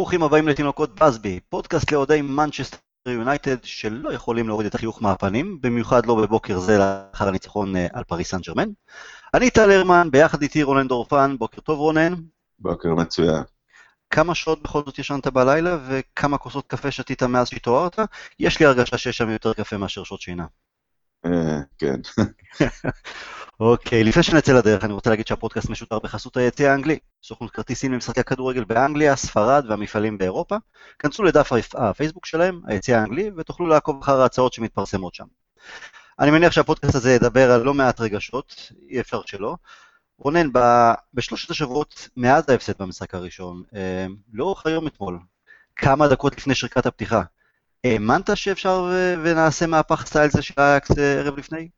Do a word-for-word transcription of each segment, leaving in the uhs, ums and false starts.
ברוכים הבאים לתינוקות בסבי, פודקאסט לאוהדי מנצ'סטר יונייטד שלא יכולים להוריד את החיוך מהפנים, במיוחד לא בבוקר זה לאחר הניצחון על פריס סן ז'רמן. אני טל הרמן, ביחד איתי רונן דורפן. בוקר טוב רונן. בוקר מצוין. כמה שעות בכל זאת ישנת בלילה וכמה כוסות קפה שתית מאז שהתעוררת? יש לי הרגשה שיש שם יותר קפה מאשר שעות שינה. כן. אוקיי, לפני שנצא לדרך אני רוצה להגיד שהפודקאסט משודר בחסות היציע האנגלי, סוכנות כרטיסים למשחקי הכדורגל באנגליה, ספרד והמפעלים באירופה. כנסו לדף הפייסבוק שלהם, היציע האנגלי, ותוכלו לעקוב אחר ההצעות שמתפרסמות שם. אני מניח שהפודקאסט הזה ידבר על לא מעט רגשות, אי אפשר שלא. רונן, בשלושת השבועות מאז ההפסד במשחק הראשון, לאורך היום אתמול, כמה דקות לפני שריקת הפתיחה, האמנת שאפשר ונעשה מהפך סטייל זה של אייקס ערב לפני?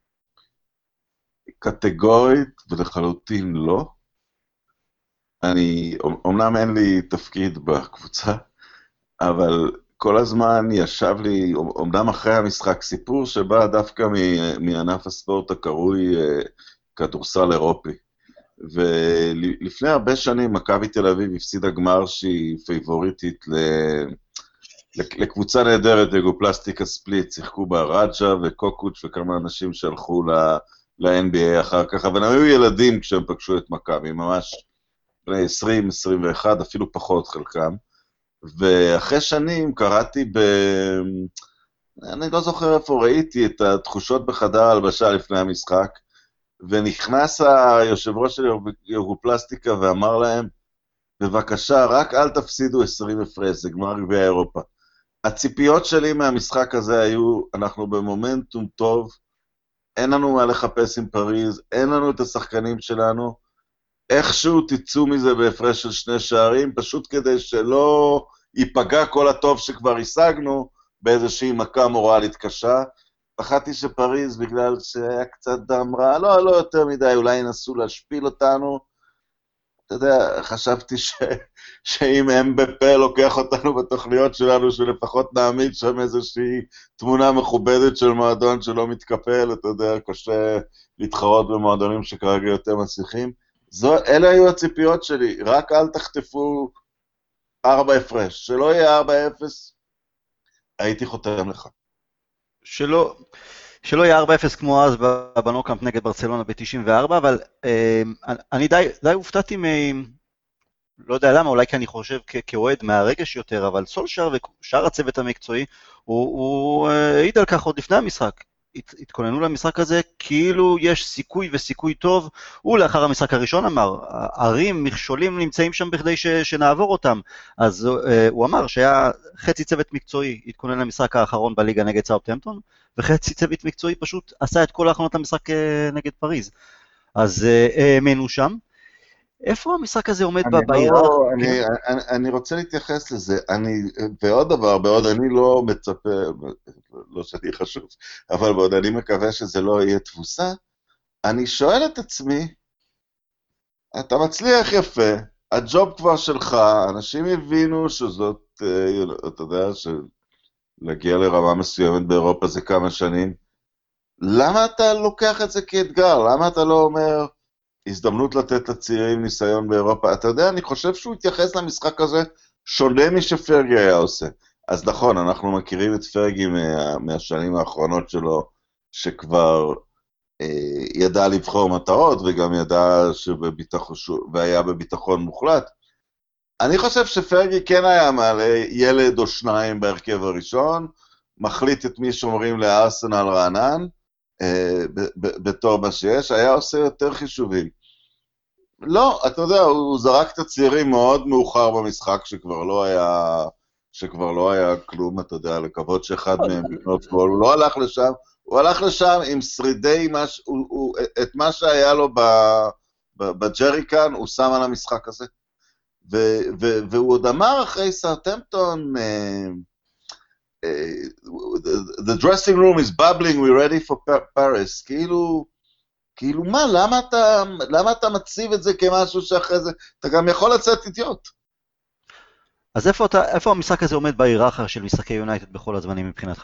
קטגורית ולחלוטין לא. אני, אומנם אין לי תפקיד בקבוצה, אבל כל הזמן ישב לי, אומנם אחרי המשחק, סיפור שבא דווקא מענף הספורט הקרוי כדורסל אירופי. ולפני הרבה שנים מכבי תל אביב הפסידה גמר שהיא פייבוריטית לקבוצה נהדרת, יוגופלסטיקה ספליט, שיחקו בה רג'ה וקוקוץ' וכמה אנשים שהלכו ל-אן בי איי אחר כך, אבל הם היו ילדים כשהם פגשו את מכבי, ממש בני עשרים, עשרים ואחת, אפילו פחות חלקם, ואחרי שנים קראתי ב... אני לא זוכר איפה ראיתי את התחושות בחדר הלבשה לפני המשחק, ונכנס היושב ראש של יוגופלסטיקה ואמר להם, בבקשה, רק אל תפסידו עשרים הפרש, זה גמר גביע אירופה. הציפיות שלי מהמשחק הזה היו, אנחנו במומנטום טוב, אין לנו מה לחפש עם פריז, אין לנו את השחקנים שלנו, איכשהו תצאו מזה בהפרש של שני שערים, פשוט כדי שלא ייפגע כל הטוב שכבר השגנו, באיזושהי מכה מורלית קשה. פחדתי שפריז, בגלל שהיה קצת דם רע, לא, לא יותר מדי, אולי ינסו להשפיל אותנו, אתה יודע, חשבתי ש... שאם הם בפה לוקח אותנו בתוכניות שלנו, שלפחות נעמיד שם איזושהי תמונה מכובדת של מועדון שלא מתקפל, אתה יודע, קשה להתחרות במועדונים שכרגע יותר מצליחים. זו, אלה היו הציפיות שלי, רק אל תחטפו ארבע הפרש, שלא יהיה ארבע אפס, הייתי חותם לך. שלא... שלא יהיה ארבע אפס כמו אז בנוקאמפ נגד ברצלונה ב-תשעים וארבע, אבל אה, אני די, די הופתעתי מ... לא יודע למה, אולי כי אני חושב כאוהד מהרגש יותר, אבל סולשר ושאר הצוות המקצועי, הוא, הוא העיד על כך עוד לפני המשחק. הת, התכוננו למשחק הזה כאילו יש סיכוי וסיכוי טוב, הוא לאחר המשחק הראשון אמר, ערים, מכשולים נמצאים שם בכדי ש, שנעבור אותם, אז אה, הוא אמר שהיה חצי צוות מקצועי, התכונן למשחק האחרון בליגה נגד סאות'המפטון, וחצי צוות מקצועי פשוט עשה את כל ההכנות למשחק נגד פריז. אז האמנו שם. איפה המשחק הזה עומד בהיררכיה? לא, אני, אני, אני רוצה להתייחס לזה, אני, ועוד דבר, בעוד אני לא מצפה, לא שאני חשוב, אבל בעוד אני מקווה שזה לא יהיה תבוסה, אני שואל את עצמי, אתה מצליח יפה, הג'וב כבר שלך, אנשים הבינו שזאת, אתה יודע, שלהגיע לרמה מסוימת באירופה זה כמה שנים, למה אתה לוקח את זה כאתגר? למה אתה לא אומר, הזדמנות לתת לצעירים ניסיון באירופה? אתה יודע, אני חושב שהוא התייחס למשחק הזה שונה משפרגי היה עושה. אז נכון, אנחנו מכירים את פרגי מה, מהשנים האחרונות שלו, שכבר אה, ידע לבחור מטרות, וגם ידע שבביטחון, והיה בביטחון מוחלט. אני חושב שפרגי כן היה מעלה ילד או שניים בהרכב הראשון, מחליט את מי שומרים לארסנל רענן, בתור מה שיש, היה עושה יותר חישובים. לא, אתה יודע, הוא זרק את הצעירים מאוד מאוחר במשחק, שכבר לא היה, שכבר לא היה כלום, אתה יודע, לקוות שאחד מהם לקנות גול, הוא לא הלך לשם, הוא הלך לשם עם שרידי, מש, הוא, הוא, את מה שהיה לו בג'ריקן, הוא שם על המשחק הזה. ו, ו, והוא עוד אמר אחרי סאות'המפטון, Uh, the dressing room is bubbling, we're ready for Paris. כאילו, כאילו מה, למה אתה, למה אתה מציב את זה כמשהו שאחרי זה, אתה גם יכול לצאת אידיוט. אז איפה, אתה, איפה המשחק הזה עומד בהיררכיה של משחקי יונייטד בכל הזמנים מבחינתך?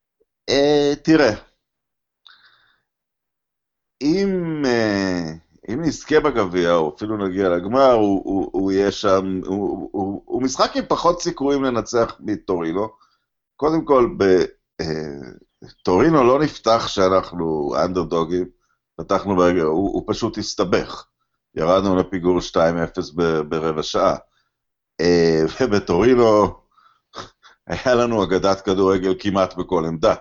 Uh, תראה, אם, uh, אם נזכה בגביע, או אפילו נגיע לגמר, הוא, הוא, הוא יהיה שם, הוא, הוא, הוא משחק עם פחות סיכויים לנצח מטורינו. קודם כל, בטורינו לא נפתח שאנחנו אנדרדוגים, פתחנו ברגע, הוא, הוא פשוט הסתבך. ירדנו לפיגור שתיים אפס ברבע שעה. ובטורינו היה לנו אגדת כדורגל כמעט בכל עמדה.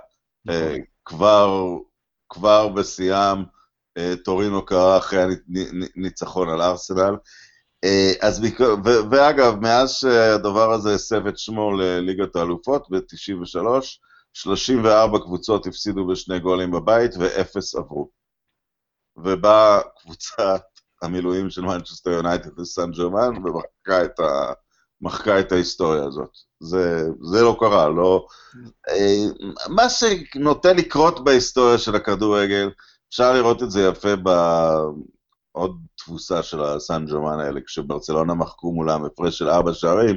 כבר, כבר בסיום, טורינו קרה אחרי הניצחון על ארסנל. אז, ואגב, מאז שהדבר הזה הסב את שמו לליגת האלופות ב-תשעים ושלוש, שלושים וארבע קבוצות הפסידו בשני גולים בבית ואפס עברו. ובאה קבוצת המילואים של מנצ'סטר יונייטד לסן ג'רמן ומחקה את, ה, מחקה את ההיסטוריה הזאת. זה, זה לא קרה, לא... מה שנוטה לקרות בהיסטוריה של הכדורגל, אפשר לראות את זה יפה בעוד תבוסה של הסן ג'רמן האלה, כשברצלונה מחקו מולם הפרש של ארבע שערים.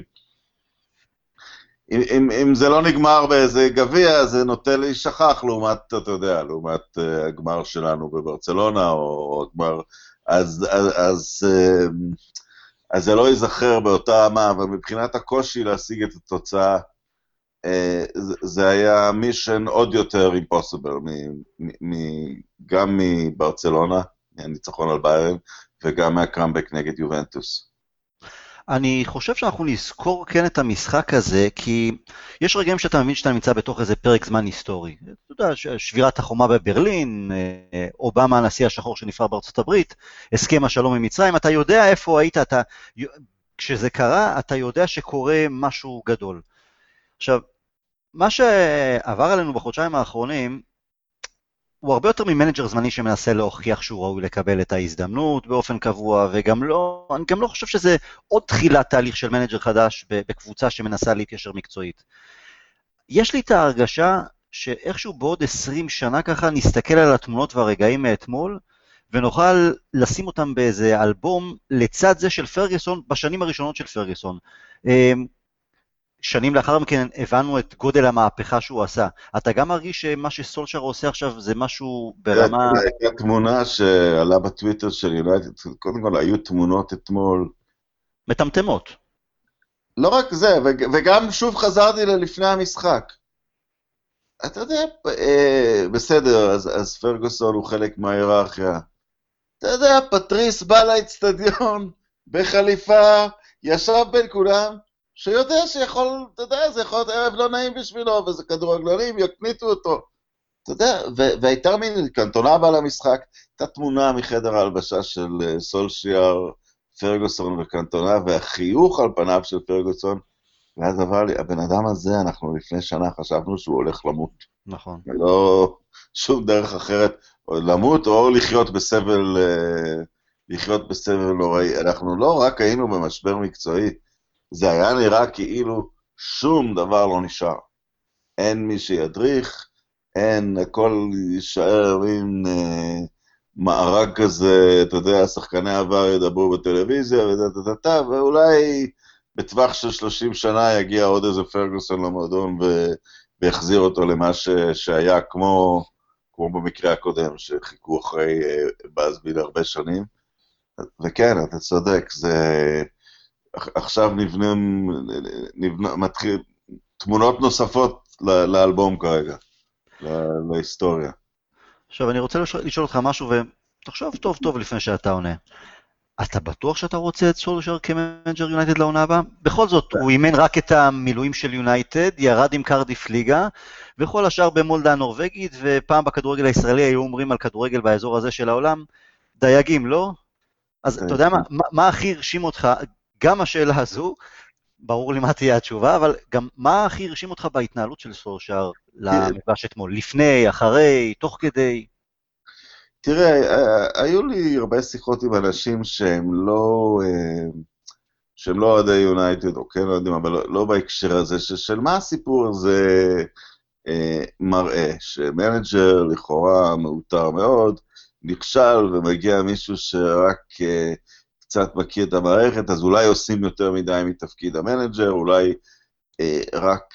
אם, אם, אם זה לא נגמר באיזה גביע, זה נוטה להישכח לעומת, אתה יודע, לעומת uh, הגמר שלנו בברצלונה, או הגמר, אז, אז, אז, uh, אז זה לא ייזכר באותה אמה, אבל מבחינת הקושי להשיג את התוצאה, uh, זה, זה היה מישן עוד יותר impossible, מ, מ, מ, גם מברצלונה, הניצחון על ביירן, וגם מהקרמבק נגד יובנטוס. אני חושב שאנחנו נזכור כן את המשחק הזה, כי יש רגעים שאתה מבין שאתה נמצא בתוך איזה פרק זמן היסטורי. אתה יודע, שבירת החומה בברלין, אובמה הנשיא השחור שנבחר בארצות הברית, הסכם השלום עם מצרים, אתה יודע איפה היית, אתה, כשזה קרה, אתה יודע שקורה משהו גדול. עכשיו, מה שעבר עלינו בחודשיים האחרונים, הוא הרבה יותר ממנג'ר זמני שמנסה להוכיח שהוא ראוי לקבל את ההזדמנות באופן קבוע, וגם לא, אני גם לא חושב שזה עוד תחילת תהליך של מנג'ר חדש בקבוצה שמנסה להתיישר מקצועית. יש לי את ההרגשה שאיכשהו בעוד עשרים שנה ככה נסתכל על התמונות והרגעים מאתמול, ונוכל לשים אותם באיזה אלבום לצד זה של פרגוסון, בשנים הראשונות של פרגוסון. שנים לאחר מכן הבנו את גודל המהפכה שהוא עשה. אתה גם מרגיש שמה שסולשר עושה עכשיו זה משהו ברמה... הייתה תמונה שעלה בטוויטר של יונייטד, קודם כל היו תמונות אתמול. מטמטמות. לא רק זה, וגם שוב חזרתי ללפני המשחק. אתה יודע, בסדר, אז, אז פרגוסון הוא חלק מההיררכיה. אתה יודע, פטריס בא לאצטדיון בחליפה, ישב בין כולם, שיודע שיכול, אתה יודע, זה יכול להיות ערב לא נעים בשבילו, וזה כדורגלנים, יקניתו אותו. אתה יודע, והייתה מין קנטונה בא למשחק, הייתה תמונה מחדר ההלבשה של סולשיאר, פרגוסון וקנטונה, והחיוך על פניו של פרגוסון, ואז אמר לי, הבן אדם הזה, אנחנו לפני שנה חשבנו שהוא הולך למות. נכון. ולא שום דרך אחרת, או למות או לחיות בסבל, לחיות בסבל נוראי. אנחנו לא רק היינו במשבר מקצועי, זה היה נראה כאילו שום דבר לא נשאר. אין מי שידריך, אין, הכל יישאר מין אה, מארג כזה, אתה יודע, שחקני עבר ידברו בטלוויזיה, ודאטאטאטא, ואולי בטווח של שלושים שנה יגיע עוד איזה פרגוסון למועדון, ו... ויחזיר אותו למה ש... שהיה כמו, כמו במקרה הקודם, שחיכו אחרי אה, באזביל הרבה שנים. וכן, אתה צודק, זה... עכשיו נבנה, נבנה, מתחיל, תמונות נוספות לאלבום כרגע, להיסטוריה. עכשיו, אני רוצה לשאול אותך משהו, ותחשוב טוב טוב לפני שאתה עונה. אתה בטוח שאתה רוצה את סולשר כמנג'ר יונייטד לעונה הבאה? בכל זאת, הוא אימן רק את המילואים של יונייטד, ירד עם קרדיף ליגה, וכל השאר במולדה הנורווגית, ופעם בכדורגל הישראלי היו אומרים על כדורגל באזור הזה של העולם, דייגים, לא? אז אתה יודע מה, מה הכי הרשים אותך, גם השאלה הזו, ברור לי מה תהיה התשובה, אבל גם מה הכי הרשים אותך בהתנהלות של סולשר למפגש אתמול? לפני, אחרי, תוך כדי? תראה, היו לי הרבה שיחות עם אנשים שהם לא, שהם לא אוהדי יונייטד, או כן לא יודעים, אבל לא, לא בהקשר הזה, של מה הסיפור הזה מראה, שמנג'ר לכאורה מאותר מאוד, נכשל ומגיע מישהו שרק קצת מכיר את המערכת, אז אולי עושים יותר מדי מתפקיד המנג'ר, אולי רק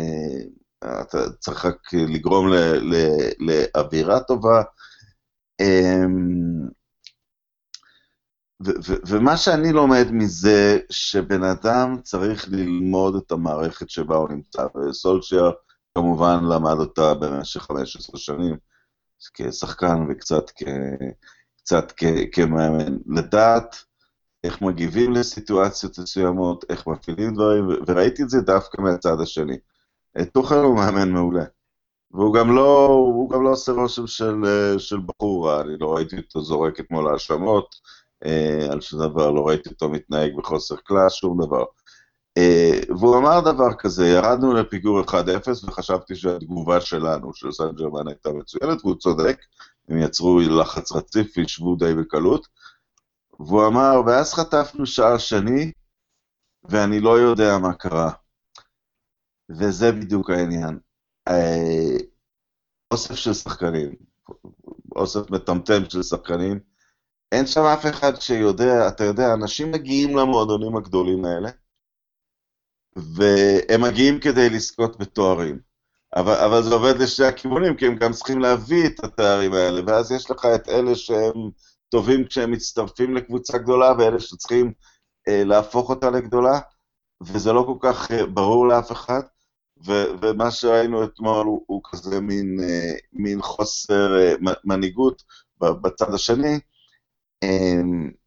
אתה צריך רק לגרום לאווירה טובה, ו- ו- ומה שאני לומד מזה, שבן אדם צריך ללמוד את המערכת שבה הוא נמצא, וסולשייר כמובן למד אותה במשך חמש עשרה שנים, כשחקן וקצת כ... קצת כ- כמאמן, לדעת איך מגיבים לסיטואציות מסוימות, איך מפעילים דברים, ו- וראיתי את זה דווקא מהצד השני. טוחל הוא מאמן מעולה, והוא גם לא, הוא גם לא עושה רושם של, של בחור רע, אני לא ראיתי אותו זורק אתמול האשמות, אה, על שום דבר, לא ראיתי אותו מתנהג בחוסר קלאס, שום דבר. אה, והוא אמר דבר כזה, ירדנו לפיגור אחד אפס, וחשבתי שהתגובה שלנו, של סן ג'רמן הייתה מצוינת, והוא צודק, הם יצרו לחץ רציף, וישבו די בקלות, והוא אמר, ואז חטפנו שער שני, ואני לא יודע מה קרה. וזה בדיוק העניין. אה, אוסף של שחקנים, אוסף מטמטם של שחקנים, אין שם אף אחד שיודע, אתה יודע, אנשים מגיעים למועדונים הגדולים האלה, והם מגיעים כדי לזכות בתוארים. אבל, אבל זה עובד לשני הכיוונים, כי הם גם צריכים להביא את התארים האלה, ואז יש לך את אלה שהם טובים כשהם מצטרפים לקבוצה גדולה, ואלה שצריכים אה, להפוך אותה לגדולה, וזה לא כל כך אה, ברור לאף אחד, ו- ומה שראינו אתמול הוא, הוא כזה מין, אה, מין חוסר אה, מנהיגות בצד השני, אה,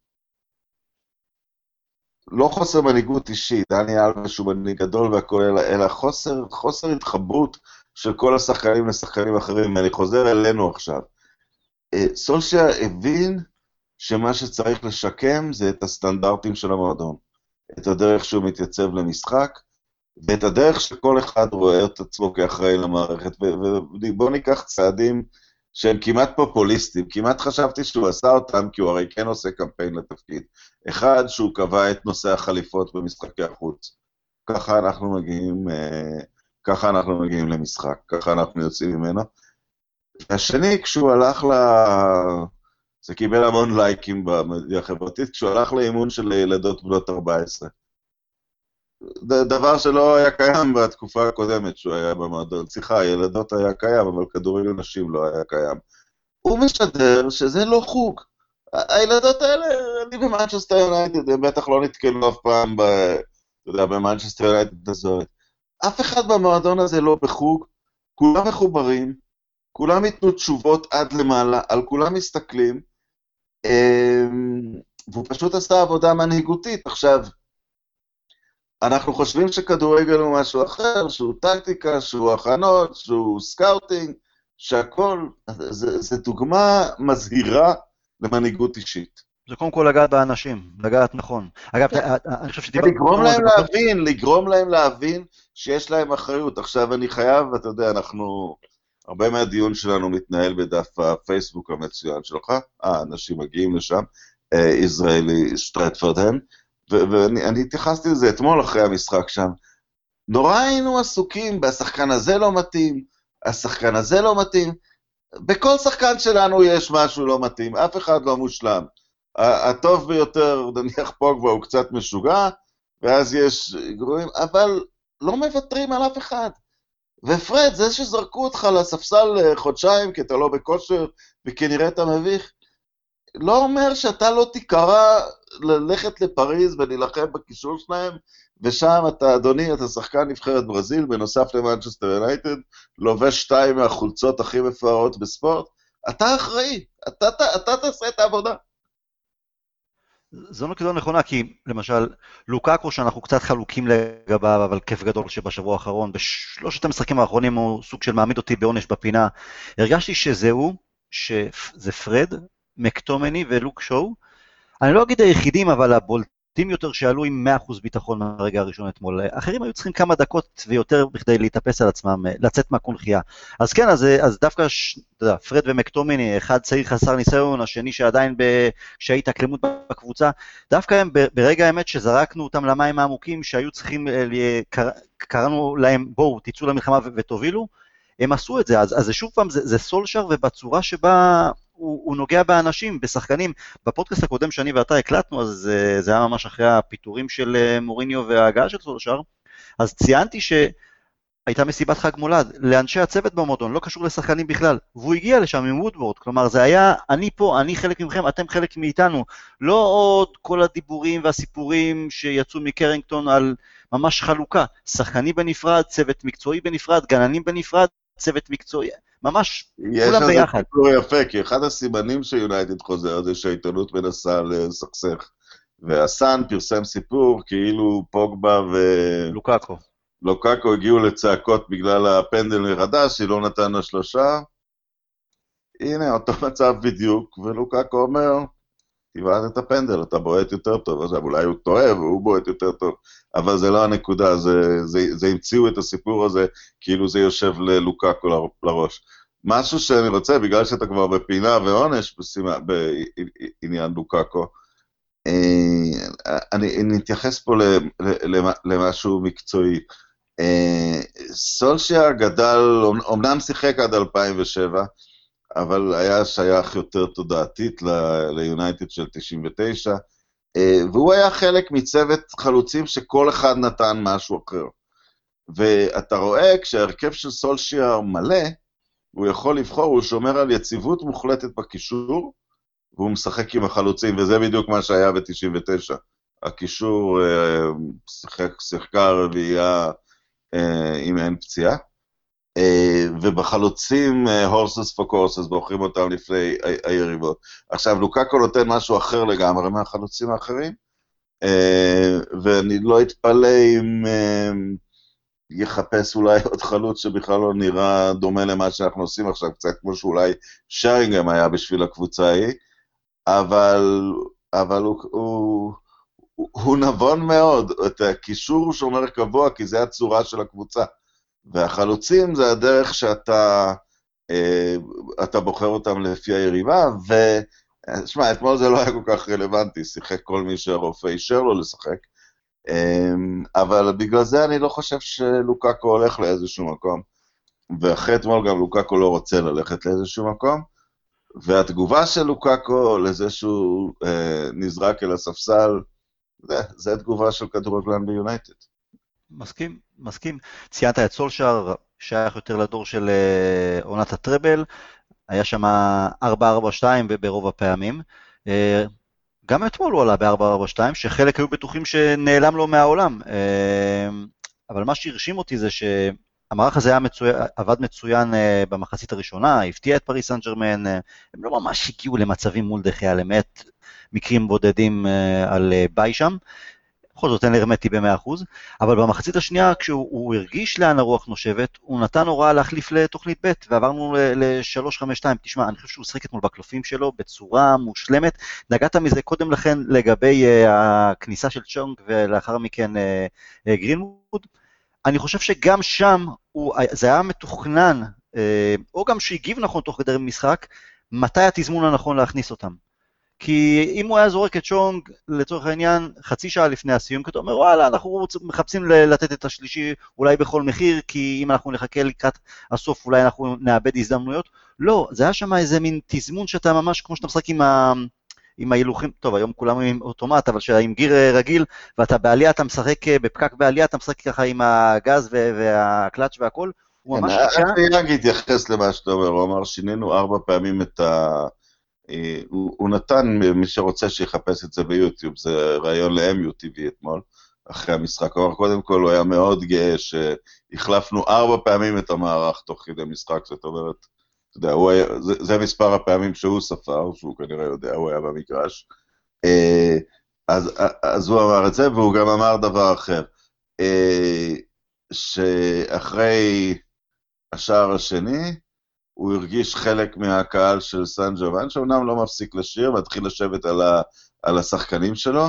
לא חוסר מנהיגות אישית, דני אלבש הוא מנהיג גדול והכל, אלא, אלא חוסר, חוסר התחברות של כל השחקנים לשחקנים אחרים, ואני חוזר אלינו עכשיו. אה, סולשייר הבין שמה שצריך לשקם זה את הסטנדרטים של המועדון, את הדרך שהוא מתייצב למשחק, ואת הדרך שכל אחד רואה את עצמו כאחראי למערכת, ובואו ניקח צעדים שהם כמעט פופוליסטיים, כמעט חשבתי שהוא עשה אותם, כי הוא הרי כן עושה קמפיין לתפקיד. אחד, שהוא קבע את נושא החליפות במשחקי החוץ. ככה אנחנו מגיעים, ככה אנחנו מגיעים למשחק, ככה אנחנו יוצאים ממנו. והשני, כשהוא הלך ל... זה קיבל המון לייקים במדיה החברתית, כשהוא הלך לאימון של ילדות בנות ארבע עשרה. דבר שלא היה קיים בתקופה הקודמת שהוא היה במועדון. סליחה, ילדות היה קיים, אבל כדורגל נשים לא היה קיים. הוא משדר שזה לא חוג. הילדות האלה, אני במנצ'סטר יונייטד, הם בטח לא נתקלו אף פעם ב... אתה יודע, במנצ'סטר יונייטד הזאת. אף אחד במועדון הזה לא בחוג, כולם מחוברים, כולם ייתנו תשובות עד למעלה, על כולם מסתכלים, והוא פשוט עשה עבודה מנהיגותית. עכשיו, אנחנו חושבים שכדורגל הוא משהו אחר, שהוא טקטיקה, שהוא הכנות, שהוא סקאוטינג, שהכל, זה, זה דוגמה מזהירה למנהיגות אישית. זה קודם כל לגעת באנשים, לגעת נכון. אגב, אני חושב שדיברנו... לגרום להם להבין, לגרום להם להבין שיש להם אחריות. עכשיו אני חייב, אתה יודע, אנחנו... הרבה מהדיון שלנו מתנהל בדף הפייסבוק המצוין שלך, אה, אנשים מגיעים לשם, ישראלי סטרטפורדן, ואני התייחסתי לזה אתמול אחרי המשחק שם, נורא היינו עסוקים, השחקן הזה לא מתאים, השחקן הזה לא מתאים, בכל שחקן שלנו יש משהו לא מתאים, אף אחד לא מושלם. הטוב ביותר, נניח פוגבה, הוא קצת משוגע, ואז יש גרועים, אבל לא מוותרים על אף אחד. ופרד, זה שזרקו אותך לספסל חודשיים, כי אתה לא בכושר, וכנראה אתה מביך, לא אומר שאתה לא תיקרא ללכת לפריז ולהילחם בקישור שלהם, ושם אתה, אדוני, אתה שחקן נבחרת ברזיל, בנוסף למנצ'סטר יונייטד, לובש שתיים מהחולצות הכי מפוארות בספורט, אתה אחראי, אתה, אתה, אתה תעשה את העבודה. זו נקודה נכונה, כי למשל, לוקאקו שאנחנו קצת חלוקים לגביו, אבל כיף גדול שבשבוע האחרון, בשלושת המשחקים האחרונים הוא סוג של מעמיד אותי בעונש בפינה, הרגשתי שזהו, שזה פרד, מקטומני ולוק שואו, אני לא אגיד היחידים, אבל הבולטים יותר שעלו עם מאה אחוז ביטחון מהרגע הראשון אתמול, אחרים היו צריכים כמה דקות ויותר בכדי להתאפס על עצמם, לצאת מהקונחייה. אז כן, אז, אז דווקא, אתה יודע, פרד ומקטומני, אחד צעיר חסר ניסיון, השני שעדיין כשהיית הקלמות בקבוצה, דווקא הם ברגע האמת שזרקנו אותם למים העמוקים, שהיו צריכים, קראנו להם, בואו, תצאו למלחמה ותובילו, הם עשו את זה, אז, אז זה שוב פעם, זה, זה סולשר, ובצורה שבה הוא, הוא נוגע באנשים, בשחקנים. בפודקאסט הקודם שאני ואתה הקלטנו, אז זה, זה היה ממש אחרי הפיטורים של מוריניו וההגעה של סולשר, אז ציינתי ש... הייתה מסיבת חג מולד, לאנשי הצוות במועדון, לא קשור לשחקנים בכלל, והוא הגיע לשם עם וודוורד, כלומר זה היה, אני פה, אני חלק מכם, אתם חלק מאיתנו, לא עוד כל הדיבורים והסיפורים שיצאו מקרינגטון על ממש חלוקה, שחקנים בנפרד, צוות מקצועי בנפרד, גננים בנפרד, צוות מקצועי, ממש יש כולם איזה ביחד. סיפור יפה, כי אחד הסימנים שיונייטד חוזר זה שהעיתונות מנסה לסכסך. והסן פרסם סיפור כאילו פוגבה לוקאקו. ולוקאקו הגיעו לצעקות בגלל הפנדל מחדש, היא לא נתן לה שלושה. הנה, אותו מצב בדיוק, ולוקאקו אומר, תבעט את הפנדל, אתה בועט יותר טוב. עכשיו, אולי הוא טועה והוא בועט יותר טוב, אבל זה לא הנקודה, זה, זה, זה המציאו את הסיפור הזה, כאילו זה יושב ללוקאקו לראש. משהו שאני רוצה, בגלל שאתה כבר בפינה ועונש בסימה, בעניין לוקאקו, אני נתייחס פה למשהו מקצועי. סולשייר גדל, אמנם שיחק עד אלפיים ושבע, אבל היה שייך יותר תודעתית ליונייטד של תשעים ותשע, והוא היה חלק מצוות חלוצים שכל אחד נתן משהו אחר. ואתה רואה, כשהרכב של סולשייר מלא, הוא יכול לבחור, הוא שומר על יציבות מוחלטת בקישור, והוא משחק עם החלוצים, וזה בדיוק מה שהיה ב-תשעים ותשע. הקישור שיחק, שיחקה רביעייה אם אין פציעה, ובחלוצים horses for courses, בוחרים אותם לפני היריבות. עכשיו, לוקאקו נותן משהו אחר לגמרי מהחלוצים האחרים, ואני לא אתפלא אם יחפש אולי עוד חלוץ שבכלל לא נראה דומה למה שאנחנו עושים עכשיו, קצת כמו שאולי שרינגהם היה בשביל הקבוצה ההיא, אבל, אבל הוא, הוא, הוא, הוא נבון מאוד, את הקישור הוא שומר קבוע, כי זה הצורה של הקבוצה, והחלוצים זה הדרך שאתה אה, אתה בוחר אותם לפי היריבה, ושמע, אתמול זה לא היה כל כך רלוונטי, שיחק כל מי שהרופא אישר לו לשחק, אה, אבל בגלל זה אני לא חושב שלוקאקו הולך לאיזשהו מקום, ואחרי אתמול גם לוקאקו לא רוצה ללכת לאיזשהו מקום, והתגובה של לוקאקו לזה שהוא אה, נזרק אל הספסל, זה, זה התגובה של כדורגלן ביונייטד. מסכים, מסכים. ציינת את סולשייר, שייך יותר לדור של אה, עונת הטראבל, היה שם ארבע ארבע שתיים ברוב הפעמים, אה, גם אתמול הוא עלה ב-ארבע ארבע שתיים, שחלק היו בטוחים שנעלם לו מהעולם, אה, אבל מה שהרשים אותי זה ש... המערך הזה היה מצוי... עבד מצוין uh, במחצית הראשונה, הפתיע את פריס סן ז'רמן, uh, הם לא ממש הגיעו למצבים מול דחיה, למעט מקרים בודדים uh, על uh, ביי שם, בכל זאת אין הרמטי ב-מאה אחוז, אבל במחצית השנייה כשהוא הרגיש לאן הרוח נושבת, הוא נתן הוראה להחליף לתוכנית ב' ועברנו ל-שלוש חמש שתיים, תשמע, אני חושב שהוא שחק אתמול בקלופים שלו בצורה מושלמת, נגעת מזה קודם לכן לגבי uh, הכניסה של צ'ונג ולאחר מכן uh, uh, גרינווד, אני חושב שגם שם הוא, זה היה מתוכנן, או גם שהגיב נכון תוך כדי משחק, מתי התזמון הנכון להכניס אותם. כי אם הוא היה זורק את שונג, לצורך העניין, חצי שעה לפני הסיום, כי אתה אומר, וואלה, אנחנו מחפשים לתת את השלישי אולי בכל מחיר, כי אם אנחנו נחכה לקראת הסוף, אולי אנחנו נאבד הזדמנויות. לא, זה היה שם איזה מין תזמון שאתה ממש, כמו שאתה משחק עם ה... עם ההילוכים, טוב, היום כולם עם אוטומט, אבל שעם גיר רגיל, ואתה בעלייה, אתה משחק, בפקק בעלייה, אתה משחק ככה עם הגז והקלאץ' והכל, הוא ממש חיכה... אני רק אתייחס למה שאתה אומר, הוא אמר, שינינו ארבע פעמים את ה... הוא נתן, מי שרוצה שיחפש את זה ביוטיוב, זה רעיון ל-אם יו טי וי אתמול, אחרי המשחק, אבל קודם כל הוא היה מאוד גאה, שהחלפנו ארבע פעמים את המערך תוך כדי משחק, זאת אומרת, אתה יודע, הוא היה, זה, זה מספר הפעמים שהוא ספר, שהוא כנראה יודע, הוא היה במגרש, אז, אז הוא אמר את זה, והוא גם אמר דבר אחר, שאחרי השער השני, הוא הרגיש חלק מהקהל של סן ג'ובאן, שאומנם לא מפסיק לשיר, מתחיל לשבת על, ה, על השחקנים שלו,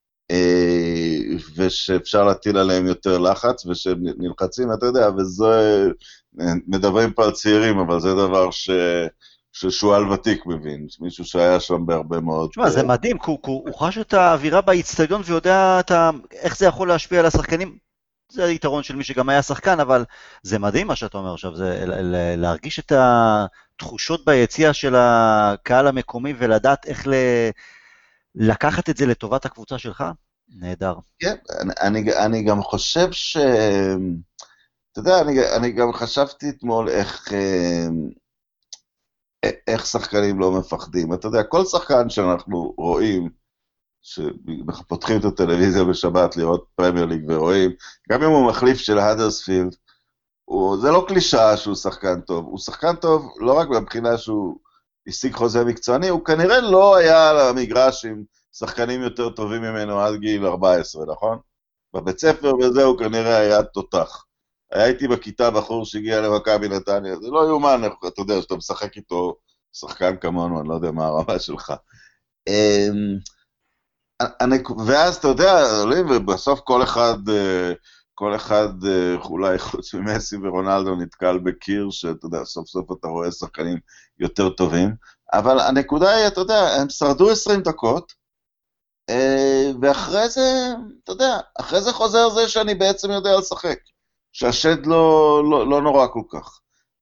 ושאפשר להטיל עליהם יותר לחץ, ושהם נלחצים, אתה יודע, וזה, מדברים פה על צעירים, אבל זה דבר ש... ששואל ותיק מבין, מישהו שהיה שם בהרבה מאוד... תשמע, זה מדהים, הוא, הוא, הוא חש את האווירה באצטדיון, ויודע את ה... איך זה יכול להשפיע על השחקנים, זה היתרון של מי שגם היה שחקן, אבל זה מדהים מה שאתה אומר עכשיו, זה להרגיש את התחושות ביציאה של הקהל המקומי, ולדעת איך ל... לקחת את זה לטובת הקבוצה שלך, נהדר. כן, אני, אני גם חושב ש... אתה יודע, אני, אני גם חשבתי אתמול איך, אה, איך שחקנים לא מפחדים. אתה יודע, כל שחקן שאנחנו רואים, שאנחנו פותחים את הטלוויזיה בשבת לראות פרמייר ליג ורואים, גם אם הוא מחליף של האדרספילד, הוא, זה לא קלישאה שהוא שחקן טוב, הוא שחקן טוב לא רק מבחינה שהוא השיג חוזה מקצועני, הוא כנראה לא היה על המגרש עם שחקנים יותר טובים ממנו עד גיל ארבע עשרה, נכון? בבית ספר וזה הוא כנראה היה תותח. הייתי בכיתה בחור שהגיע למכבי נתניה, זה לא יאומן, אתה יודע, שאתה משחק איתו שחקן כמונו, אני לא יודע מה הרמה שלך. אמ, אני, ואז אתה יודע, עולים, ובסוף כל אחד, כל אחד, אולי חוץ ממסי ורונלדו נתקל בקיר, שאתה יודע, סוף סוף אתה רואה שחקנים יותר טובים, אבל הנקודה היא, אתה יודע, הם שרדו עשרים דקות, ואחרי זה, אתה יודע, אחרי זה חוזר זה שאני בעצם יודע לשחק, שהשד לא, לא, לא נורא כל כך.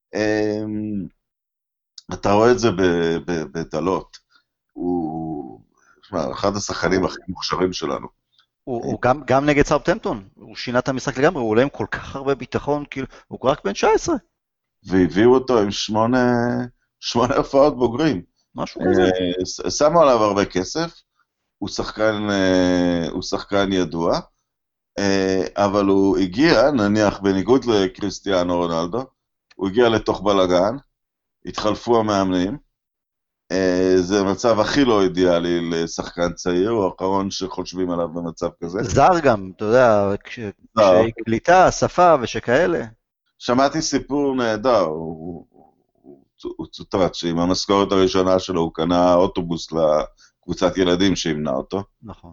אתה רואה את זה בדלות, הוא... אחד השחקנים הכי מוכשרים שלנו. הוא, הוא גם, גם נגד סאות'המפטון, הוא שינה את המשחק לגמרי, הוא עולה עם כל כך הרבה ביטחון, כאילו, הוא רק בן תשע עשרה. והביאו אותו עם שמונה, שמונה הופעות בוגרים. משהו כזה. שמו עליו הרבה כסף, הוא שחקן, הוא שחקן ידוע, אבל הוא הגיע, נניח, בניגוד לקריסטיאנו רונלדו, הוא הגיע לתוך בלגן, התחלפו המאמנים, זה המצב הכי לא אידיאלי לשחקן צעיר, הוא האחרון שחושבים עליו במצב כזה. זר גם, אתה יודע, כשקליטה, שפה ושכאלה. שמעתי סיפור נהדר, הוא צוטט שעם המשכורת הראשונה שלו הוא קנה אוטובוס לקבוצת ילדים שימנע אותו. נכון.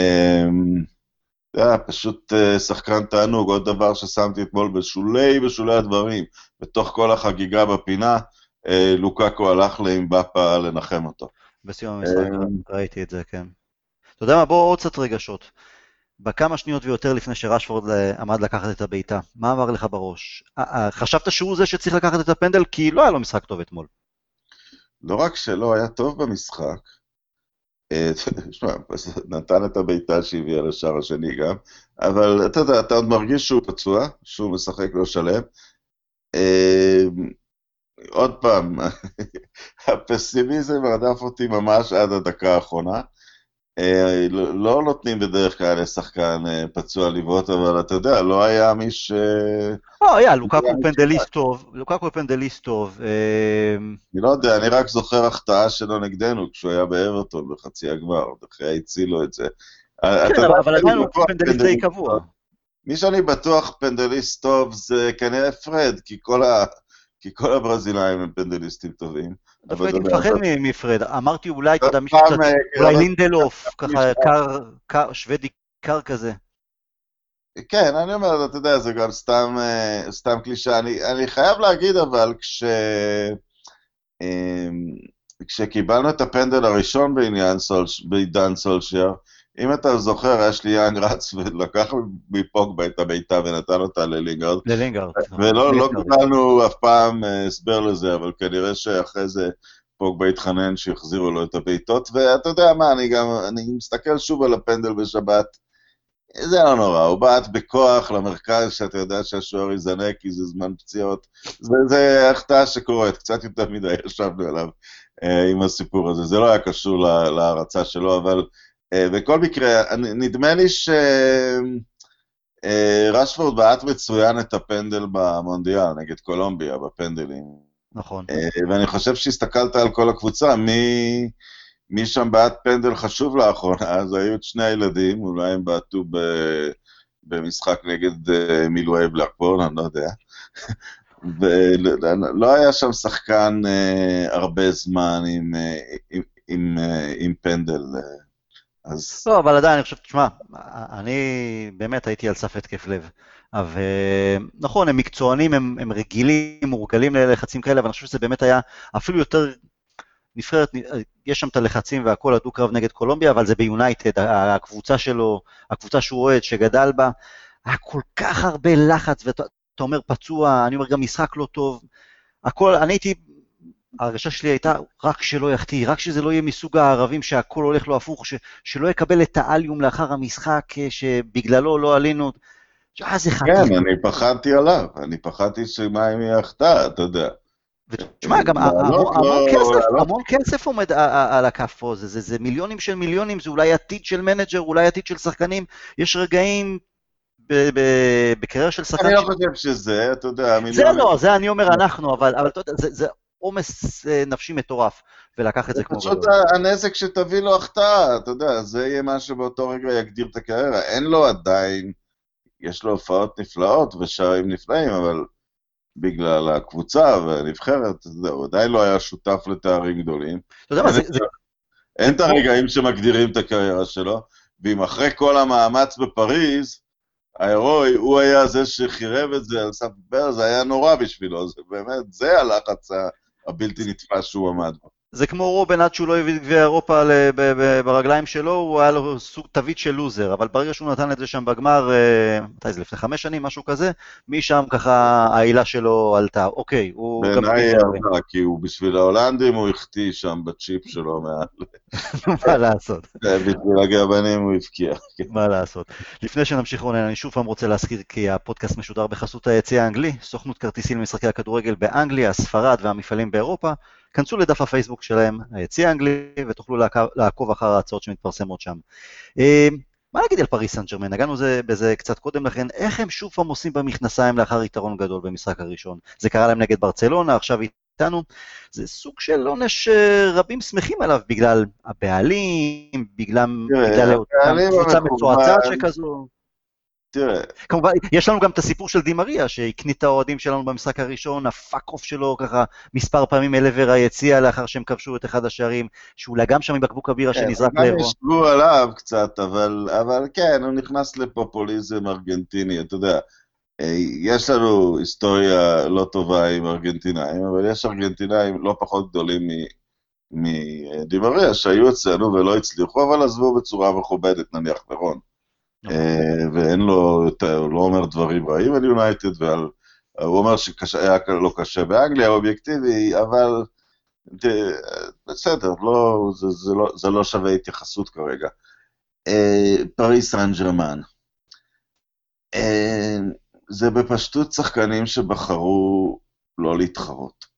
זה היה פשוט שחקן תענוג, עוד דבר ששמתי אתמול בשולי, בשולי הדברים, בתוך כל החגיגה בפינה, לוקאקו הלך לאמבפה לנחם אותו. בסיום המשחק, ראיתי את זה, כן. אתה יודע מה, בואו עוד קצת רגשות. בכמה שניות ויותר לפני שרשפורד עמד לקחת את הביתה, מה אמר לך בראש? חשבת שהוא זה שצריך לקחת את הפנדל, כי לא היה לו משחק טוב אתמול. לא רק שלא היה טוב במשחק, נתן את הביתה שהביאה לשער השני גם, אבל אתה יודע, אתה עוד מרגיש שהוא פצוע, שהוא משחק לא שלם, עוד פעם, הפסימיזם רדף אותי ממש עד הדקה האחרונה, לא נותנים בדרך כלל לשחקן פצוע ליוות, אבל אתה יודע, לא היה מי ש... לא, היה, לוקאקו פנדליסט טוב, לוקאקו פנדליסט טוב. אני לא יודע, אני רק זוכר החטאה שלו נגדנו, כשהוא היה באברטון בחצי הגמר, אחרי הצילו את זה. כן, אבל עדיין הוא פנדליסט די קבוע. מי שאני בטוח פנדליסט טוב זה כנראה פרד, כי כל ה... כי כל הברזילאים הם פנדליסטים טובים. דווקא הייתי מפחד מפרד, אמרתי אולי, אתה יודע, מישהו קצת, אולי לינדלוף, ככה שוודי קר כזה. כן, אני אומר, אתה יודע, זה גם סתם קלישה. אני חייב להגיד אבל, כשקיבלנו את הפנדל הראשון בעידן סולשייר, אם אתה זוכר, היה שלי יאנג רץ ולקח מפוגבה את הביתה ונתן אותה ללינגארד. ללינגארד. ולא קיבלנו אף פעם הסבר לזה, אבל כנראה שאחרי זה פוגבה התחנן שיחזירו לו את הביתות, ואתה יודע מה, אני גם, אני מסתכל שוב על הפנדל בשבת, זה לא נורא, הוא בעט בכוח למרכז שאתה יודע שהשוער יזנק, כי זה זמן פציעות, זה החטאה שקורית, קצת יותר מדי ישבנו עליו עם הסיפור הזה, זה לא היה קשור להרצה שלו, אבל... בכל מקרה, נדמה לי שרשפורד בעט מצוין את הפנדל במונדיאל, נגד קולומביה, בפנדלים. נכון. ואני חושב שהסתכלת על כל הקבוצה, מי, מי שם בעט פנדל חשוב לאחרונה, אז היו את שני הילדים, אולי הם בעטו ב, במשחק נגד מילואי בלקבורן, אני לא יודע. ולא היה שם שחקן הרבה זמן עם, עם, עם, עם פנדל. אז... לא, אבל עדיין, אני חושב, תשמע, אני באמת הייתי על סף התקף לב, אבל נכון, הם מקצוענים, הם, הם רגילים, מורגלים ללחצים כאלה, אבל אני חושב שזה באמת היה אפילו יותר נבחרת, יש שם את הלחצים והכל, הדו קרב נגד קולומביה, אבל זה ביונייטד, הקבוצה שלו, הקבוצה שהוא אוהד, שגדל בה, היה כל כך הרבה לחץ, ואתה אומר פצוע, אני אומר גם משחק לא טוב, הכל, אני הייתי... ההרגשה שלי הייתה רק שלא יחטיא, רק שזה לא יהיה מסוג הערבים שהכל הולך לו הפוך, ש, שלא יקבל את האליום לאחר המשחק שבגללו לא עלינו. אה, זה כן, חתיך. אני פחדתי עליו, אני פחדתי שמה אם היא יחטא, אתה יודע. ותשמע, גם לעלות המון לא, כסף, לעלות, המון כסף עומד על הכף פה, זה, זה, זה מיליונים של מיליונים, זה אולי עתיד של מנג'ר, אולי עתיד של שחקנים, יש רגעים בקריירה של אני שחקן, לא ש... חושב שזה, אתה יודע, זה מיליונים. לא, זה אני אומר אנחנו, אבל, אבל אתה יודע, זה, זה עומס נפשי מטורף, ולקח את זה זה כמו פשוט גדול. הנזק שתביא לו החטאה, אתה יודע, זה יהיה מה שבאותו רגע יגדיר את הקריירה. אין לו עדיין, יש לו הופעות נפלאות ושערים נפלאים, אבל בגלל הקבוצה והנבחרת, אתה יודע, הוא עדיין לא היה שותף לתארים גדולים. אתה יודע מה, אין, זה, את- זה, אין זה את כמו, הרגעים שמגדירים את הקריירה שלו, ואם אחרי כל המאמץ בפריז, ההירואי, הוא היה זה שחירב את זה על סף בר, זה היה נורא בשבילו, זה באמת, זה הלחץ הבלתי נתפס שהוא עמד בו. זה כמו רובן, עד שהוא לא הביא את גביע אירופה ל- ב- ב- ברגליים שלו, הוא היה לו סוג תווית של לוזר, אבל ברגע שהוא נתן את זה שם בגמר, אה, מתי זה, לפני חמש שנים, משהו כזה, משם ככה העילה שלו עלתה. אוקיי, הוא גם בעיניי הביא היא שערים. ירדה, כי הוא בשביל ההולנדים הוא החטיא שם בצ'יפ שלו מעל. מה לעשות? בשביל הגרבנים הוא הבקיע. מה לעשות? לפני שנמשיך רונן, אני שוב פעם רוצה להזכיר כי הפודקאסט משודר בחסות היציא האנגלי, סוכנות כרטיסים למשחקי הכדורגל באנגליה, ספרד והמפעלים באירופה. כנסו לדף הפייסבוק שלהם, היציא האנגלי, ותוכלו לעקוב, לעקוב אחר ההצעות שמתפרסמות שם. אה, מה נגיד על פריס סן ז'רמן? נגענו זה, בזה קצת קודם לכן, איך הם שוב פעם עושים במכנסיים לאחר יתרון גדול במשחק הראשון? זה קרה להם נגד ברצלונה, עכשיו איתנו. זה סוג של עונש רבים שמחים עליו, בגלל הבעלים, בגלל, בגלל הבעלים קבוצה מצועצעת המקובל, שכזו. תראה, כמובן, יש לנו גם את הסיפור של דימריה, שהקנית את האוהדים שלנו במשחק הראשון, הפאק אוף שלו ככה מספר פעמים אל עבר היציאה לאחר שהם כבשו את אחד השערים, שאולי גם שם עם בקבוק הבירה כן, שנזרק גם לעברו. ישבו עליו קצת, אבל, אבל כן, הוא נכנס לפופוליזם ארגנטיני, אתה יודע, אה, יש לנו היסטוריה לא טובה עם ארגנטינאים, אבל יש ארגנטינאים לא פחות גדולים מדימריה, שהיו אצלנו ולא הצליחו, אבל עזבו בצורה מכובדת, נניח לרון. אה, ואין לו, הוא לא אומר דברים רעים על יונייטד, ועל, הוא אומר שהיה לו קשה באנגליה, אובייקטיבי, אבל בסדר, לא, זה, זה, לא, זה לא שווה התייחסות כרגע. אה, פריס סן ז'רמן. אה, זה בפשטות שחקנים שבחרו לא להתחרות.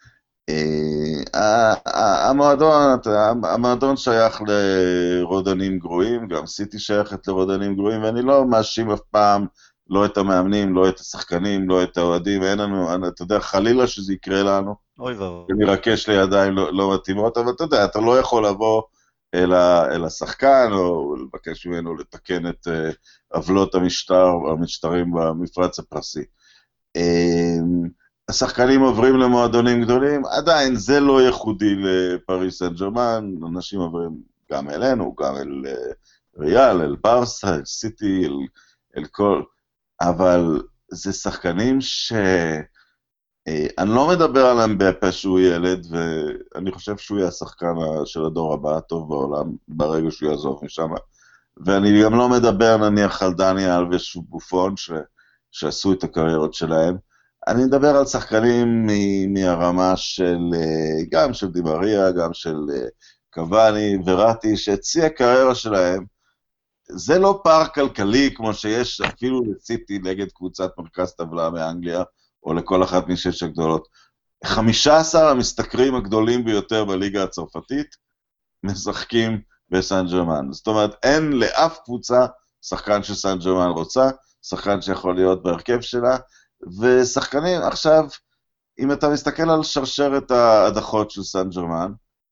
אה, המועדון, המועדון שייך לרודנים גרועים, גם סיטי שייכת לרודנים גרועים, ואני לא מאשים אף פעם לא את המאמנים, לא את השחקנים, לא את האוהדים, אין לנו, אתה יודע, חלילה שזה יקרה לנו. אוי ואבוי. נרקש לידיים לא, לא מתאימות, אבל אתה יודע, אתה לא יכול לבוא אל, ה, אל השחקן, או לבקש ממנו לתקן את uh, עוולות המשטר, המשטרים במפרץ הפרסי. Um, השחקנים עוברים למועדונים גדולים, עדיין זה לא ייחודי לפריס סן ז'רמן, אנשים עוברים גם אלינו, גם אל uh, ריאל, אל ברסה, אל סיטי, אל, אל כל, אבל זה שחקנים ש... אני לא מדבר עליהם בפה שהוא ילד, ואני חושב שהוא יהיה השחקן של הדור הבא הטוב בעולם, ברגע שהוא יעזוב משם. ואני גם לא מדבר נניח על דני אלבש ובופון, ש... שעשו את הקריירות שלהם. אני מדבר על שחקנים מ... מהרמה של, גם של דימריה, גם של קוואני וראטי, שהציע הקריירה שלהם. זה לא פער כלכלי כמו שיש אפילו לסיטי נגד קבוצת מרכז טבלה מאנגליה, או לכל אחת משש הגדולות. חמישה עשר המשתכרים הגדולים ביותר בליגה הצרפתית, משחקים בסן ז'רמן. זאת אומרת, אין לאף קבוצה שחקן שסן ז'רמן רוצה, שחקן שיכול להיות בהרכב שלה, ושחקנים, עכשיו, אם אתה מסתכל על שרשרת ההדחות של סן ז'רמן,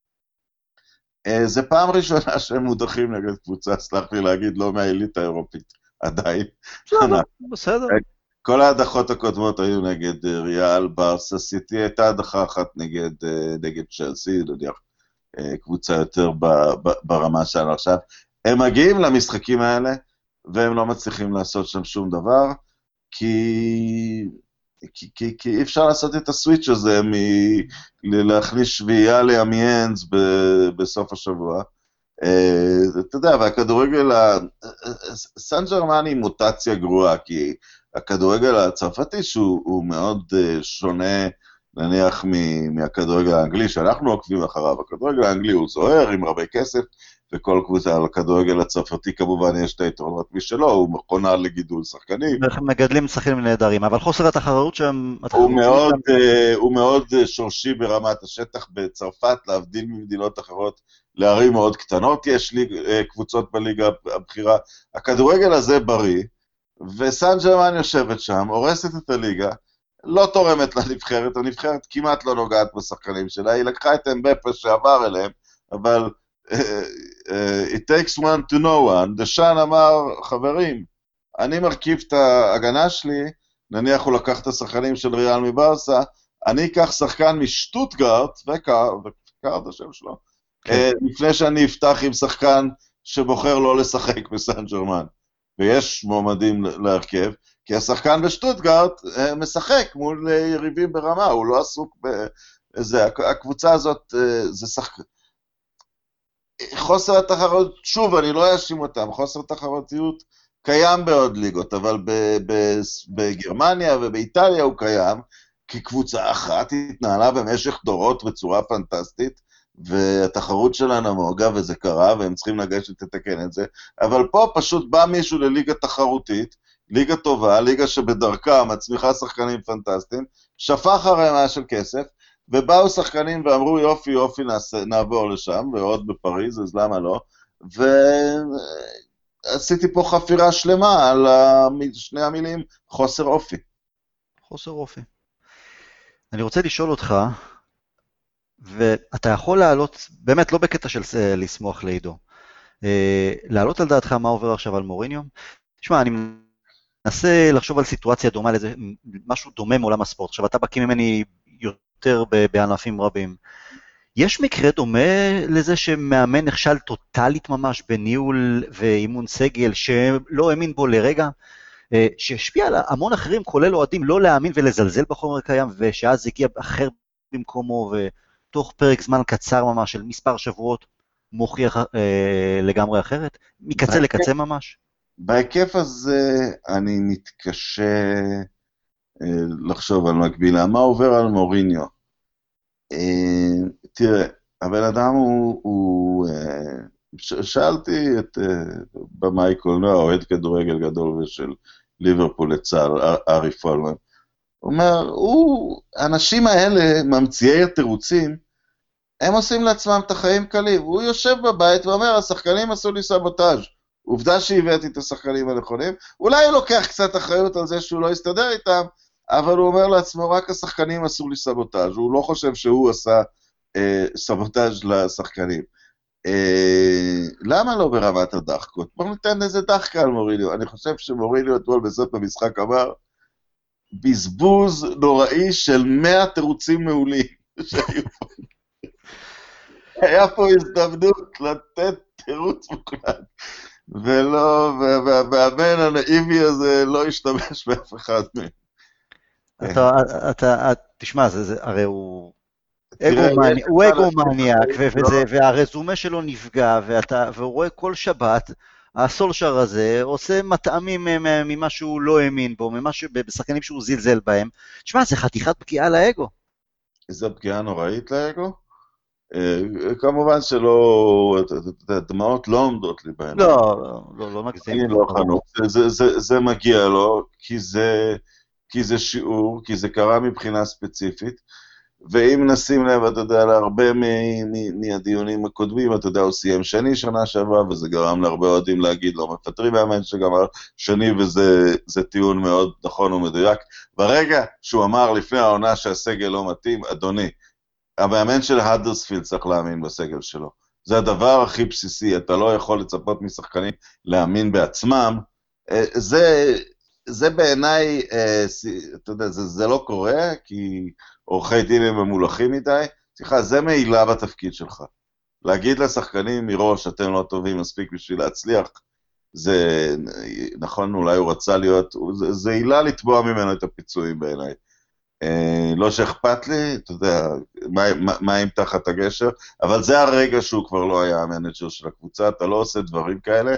זה פעם ראשונה שהם מודחים נגד קבוצה, סלח לי להגיד, לא מהאליטה האירופית, עדיין. בסדר. כל ההדחות הקודמות היו נגד ריאל, ברסה, סיטי, הייתה הדחה אחת נגד, נגד צ'לסי, נניח, קבוצה יותר ברמה שלנו עכשיו. הם מגיעים למשחקים האלה, והם לא מצליחים לעשות שם שום דבר, כי, כי, כי, כי אי אפשר לעשות את הסוויץ' הזה, מלהכניס שביעייה לאמיינס בסוף השבוע. אתה יודע, והכדורגל, סן ז'רמן היא מוטציה גרועה, כי הכדורגל הצרפתי שהוא מאוד שונה, נניח, מהכדורגל האנגלי, שאנחנו עוקבים אחריו. הכדורגל האנגלי הוא זוהר עם הרבה כסף, וכל קבוצה, על הכדורגל הצרפתי כמובן יש את היתרונות משלו, הוא מכונה לגידול שחקנים. מגדלים שחקנים נהדרים, אבל חוסר התחרות שם, הוא התחרותיות מאוד, שם... הוא מאוד שורשי ברמת השטח בצרפת, להבדיל ממדינות אחרות, לערים מאוד קטנות, יש לי קבוצות בליגה הבחירה. הכדורגל הזה בריא, וסן ג'רמן יושבת שם, הורסת את הליגה, לא תורמת לנבחרת, הנבחרת כמעט לא נוגעת בשחקנים שלה, היא לקחה את אמבפה שעבר אליהם, אבל uh, uh, it takes one to know one, דשאן אמר, חברים, אני מרכיב את ההגנה שלי, נניח הוא לקח את השחקנים של ריאל מברסה, אני אקח שחקן משטוטגרט, וקר, וקר את השם שלו, כן. uh, לפני שאני אפתח עם שחקן שבוחר לא לשחק בסן ג'רמן, ויש מועמדים להרכב, כי השחקן בשטוטגרט משחק מול יריבים ברמה, הוא לא עסוק בזה, הקבוצה הזאת זה שחק... חוסר התחרות, שוב אני לא אאשים אותם, חוסר תחרותיות קיים בעוד ליגות, אבל בגרמניה ובאיטליה הוא קיים, כי קבוצה אחת התנהלה במשך דורות בצורה פנטסטית, והתחרות שלה נמוגה וזה קרה, והם צריכים לגשת לתקן את זה, אבל פה פשוט בא מישהו לליגה תחרותית, ליגה טובה, ליגה שבדרכה מצמיחה שחקנים פנטסטיים, שפך הרמה של כסף, ובאו שחקנים ואמרו יופי יופי נעשה, נעבור לשם, ועוד בפריז, אז למה לא? ועשיתי פה חפירה שלמה על שני המילים, חוסר אופי. חוסר אופי. אני רוצה לשאול אותך, ואתה יכול לעלות, באמת לא בקטע של לסמוך לידו, לעלות על דעתך מה עובר עכשיו על מוריניו? תשמע, אני מנסה לחשוב על סיטואציה דומה לזה, משהו דומה מעולם הספורט. עכשיו, אתה בקיא ממני יותר בענפים רבים. יש מקרה דומה לזה שמאמן נכשל טוטלית ממש בניהול ואימון סגל, שלא האמין בו לרגע, שהשפיע על המון אחרים, כולל אוהדים, לא להאמין ולזלזל בחומר הקיים, ושאז הגיע אחר במקומו, ותוך פרק זמן קצר ממש, של מספר שבועות, מוכיח אה, לגמרי אחרת? מקצה לקצה ממש? בהיקף הזה אני מתקשה אה, לחשוב על מקבילה. מה עובר על מוריניו? אה, תראה, הבן אדם הוא... הוא אה, ש- שאלתי את אה, במאי קולנוע, אוהד כדורגל גדול ושל ליברפול לצהל, ארי פולמן. הוא אומר, הוא, האנשים האלה, ממציאי התירוצים, הם עושים לעצמם את החיים קלים. הוא יושב בבית ואומר, השחקנים עשו לי סבוטאז'. עובדה שהבאתי את השחקנים הנכונים, אולי הוא לוקח קצת אחריות על זה שהוא לא יסתדר איתם, אבל הוא אומר לעצמו, רק השחקנים עשו לי סבוטאז', הוא לא חושב שהוא עשה אה, סבוטאז' לשחקנים. אה, למה לא ברמת הדחקות? בואו ניתן איזה דחקה על מוריניו, אני חושב שמוריניו אתמול בסוף המשחק אמר, בזבוז נוראי של מאה תירוצים מעולים שהיו פה. היה פה הזדמנות לתת תירוץ מוחלט. ולא, והמאמן הנאיבי הזה לא השתמש באף אחד מהם. אתה, אתה, תשמע, הרי הוא אגו מניאק, והרזומה שלו נפגע, והוא רואה כל שבת, הסולשר הזה עושה מטעמים ממה שהוא לא האמין בו, בשחקנים שהוא זלזל בהם. תשמע, זה חתיכת פגיעה לאגו. איזו פגיעה נוראית לאגו? כמובן שלא, דמעות לא עומדות לי בעיניים. לא, לא, לא נגזים. אני לא חנוך, זה מגיע לו, כי זה שיעור, כי זה קרה מבחינה ספציפית, ואם נשים לב, אתה יודע, להרבה מהדיונים הקודמים, אתה יודע, הוא סיים שני שנה שעברה, וזה גרם להרבה אוהדים להגיד, לא מפטרים מאמן שגמר שני, וזה טיעון מאוד נכון ומדויק. ברגע שהוא אמר לפני העונה שהסגל לא מתאים, אדוני, המאמן של האדרספילד צריך להאמין בסגל שלו. זה הדבר הכי בסיסי, אתה לא יכול לצפות משחקנים להאמין בעצמם. זה, זה בעיניי, אתה יודע, זה, זה לא קורה, כי עורכי דין הם ממולכים מדי. סליחה, זה מעילה בתפקיד שלך. להגיד לשחקנים מראש, אתם לא טובים מספיק בשביל להצליח, זה נכון, אולי הוא רצה להיות, זה, זה עילה לתבוע ממנו את הפיצויים בעיניי. לא שאכפת לי, אתה יודע, מים תחת הגשר, אבל זה הרגע שהוא כבר לא היה המנג'ר של הקבוצה, אתה לא עושה דברים כאלה,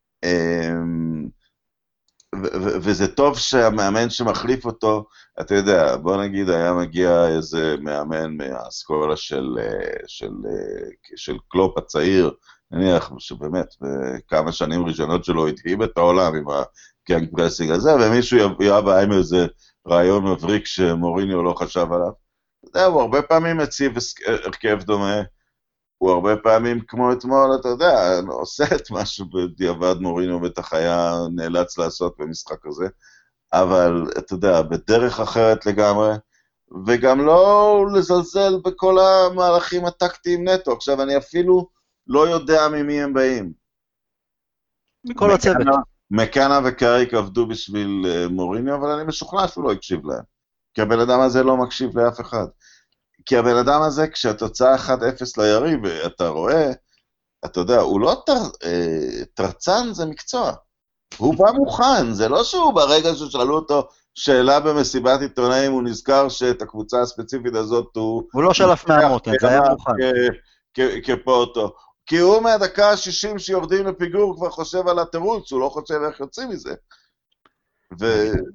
וזה טוב שהמאמן שמחליף אותו, אתה יודע, בוא נגיד, היה מגיע איזה מאמן מהאסכולה של, של, של קלופ הצעיר, נניח שבאמת, בכמה שנים ראשונות שלו הדהים את העולם עם הגנג פרסינג הזה, ומישהו יביא בא עם איזה רעיון מבריק שמוריניו לא חשב עליו. אתה יודע, הוא הרבה פעמים מציב הרכב דומה, הוא הרבה פעמים כמו אתמול, אתה יודע, עושה את משהו בדיעבד מוריניו בטח היה נאלץ לעשות במשחק הזה, אבל אתה יודע, בדרך אחרת לגמרי, וגם לא לזלזל בכל המהלכים הטקטיים נטו. עכשיו, אני אפילו לא יודע ממי הם באים. מכל הצוות. מקנה וקריק עבדו בשביל מוריניו, אבל אני משוכנע שהוא לא הקשיב להם. כי הבן אדם הזה לא מקשיב לאף אחד. כי הבן אדם הזה, כשהתוצאה אחת אפס ליריב, אתה רואה, אתה יודע, הוא לא תר, תרצן, זה מקצוע. הוא בא מוכן, זה לא שהוא ברגע ששאלו אותו שאלה במסיבת עיתונאים, הוא נזכר שאת הקבוצה הספציפית הזאת הוא... הוא לא שלף מהמותן, זה היה מוכן. כפוטו. כי הוא מהדקה ה-שישים שיורדים לפיגור כבר חושב על התירוץ, הוא לא חושב איך יוצאים מזה. ו...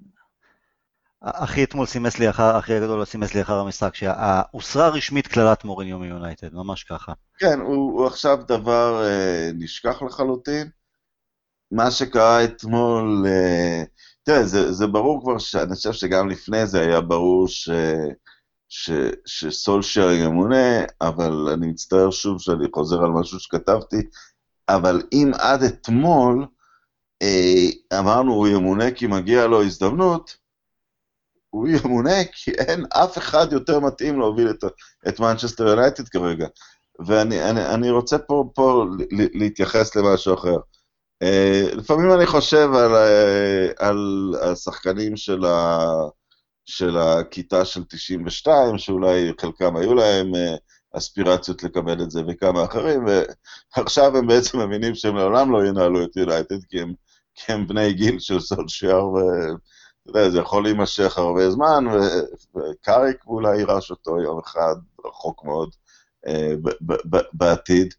אחי אתמול סימס לי אחר, אחי הגדול סימס לי אחר המשחק, שהוסרה רשמית כללת מוריניו מיונייטד, ממש ככה. כן, הוא, הוא עכשיו דבר אה, נשכח לחלוטין. מה שקרה אתמול, אה, תראה, זה, זה ברור כבר, שאני חושב שגם לפני זה היה ברור ש... ש, שסולשר ימונה, אבל אני מצטער שוב שאני חוזר על משהו שכתבתי, אבל אם עד אתמול אה, אמרנו הוא ימונה כי מגיע לו הזדמנות, הוא ימונה כי אין אף אחד יותר מתאים להוביל את, את מנצ'סטר יונייטד כרגע, ואני אני, אני רוצה פה, פה להתייחס למשהו אחר. אה, לפעמים אני חושב על, על השחקנים של ה... של הכיתה של תשעים ושתיים, שאולי חלקם היו להם אספירציות לקבל את זה, וכמה אחרים, ועכשיו הם בעצם מבינים שהם לעולם לא ינהלו את יונייטד, כי הם, כי הם בני גיל של סולשייר, ואתה יודע, זה יכול להימשך הרבה זמן, וקאריק אולי ירש אותו יום אחד, רחוק מאוד, בעתיד.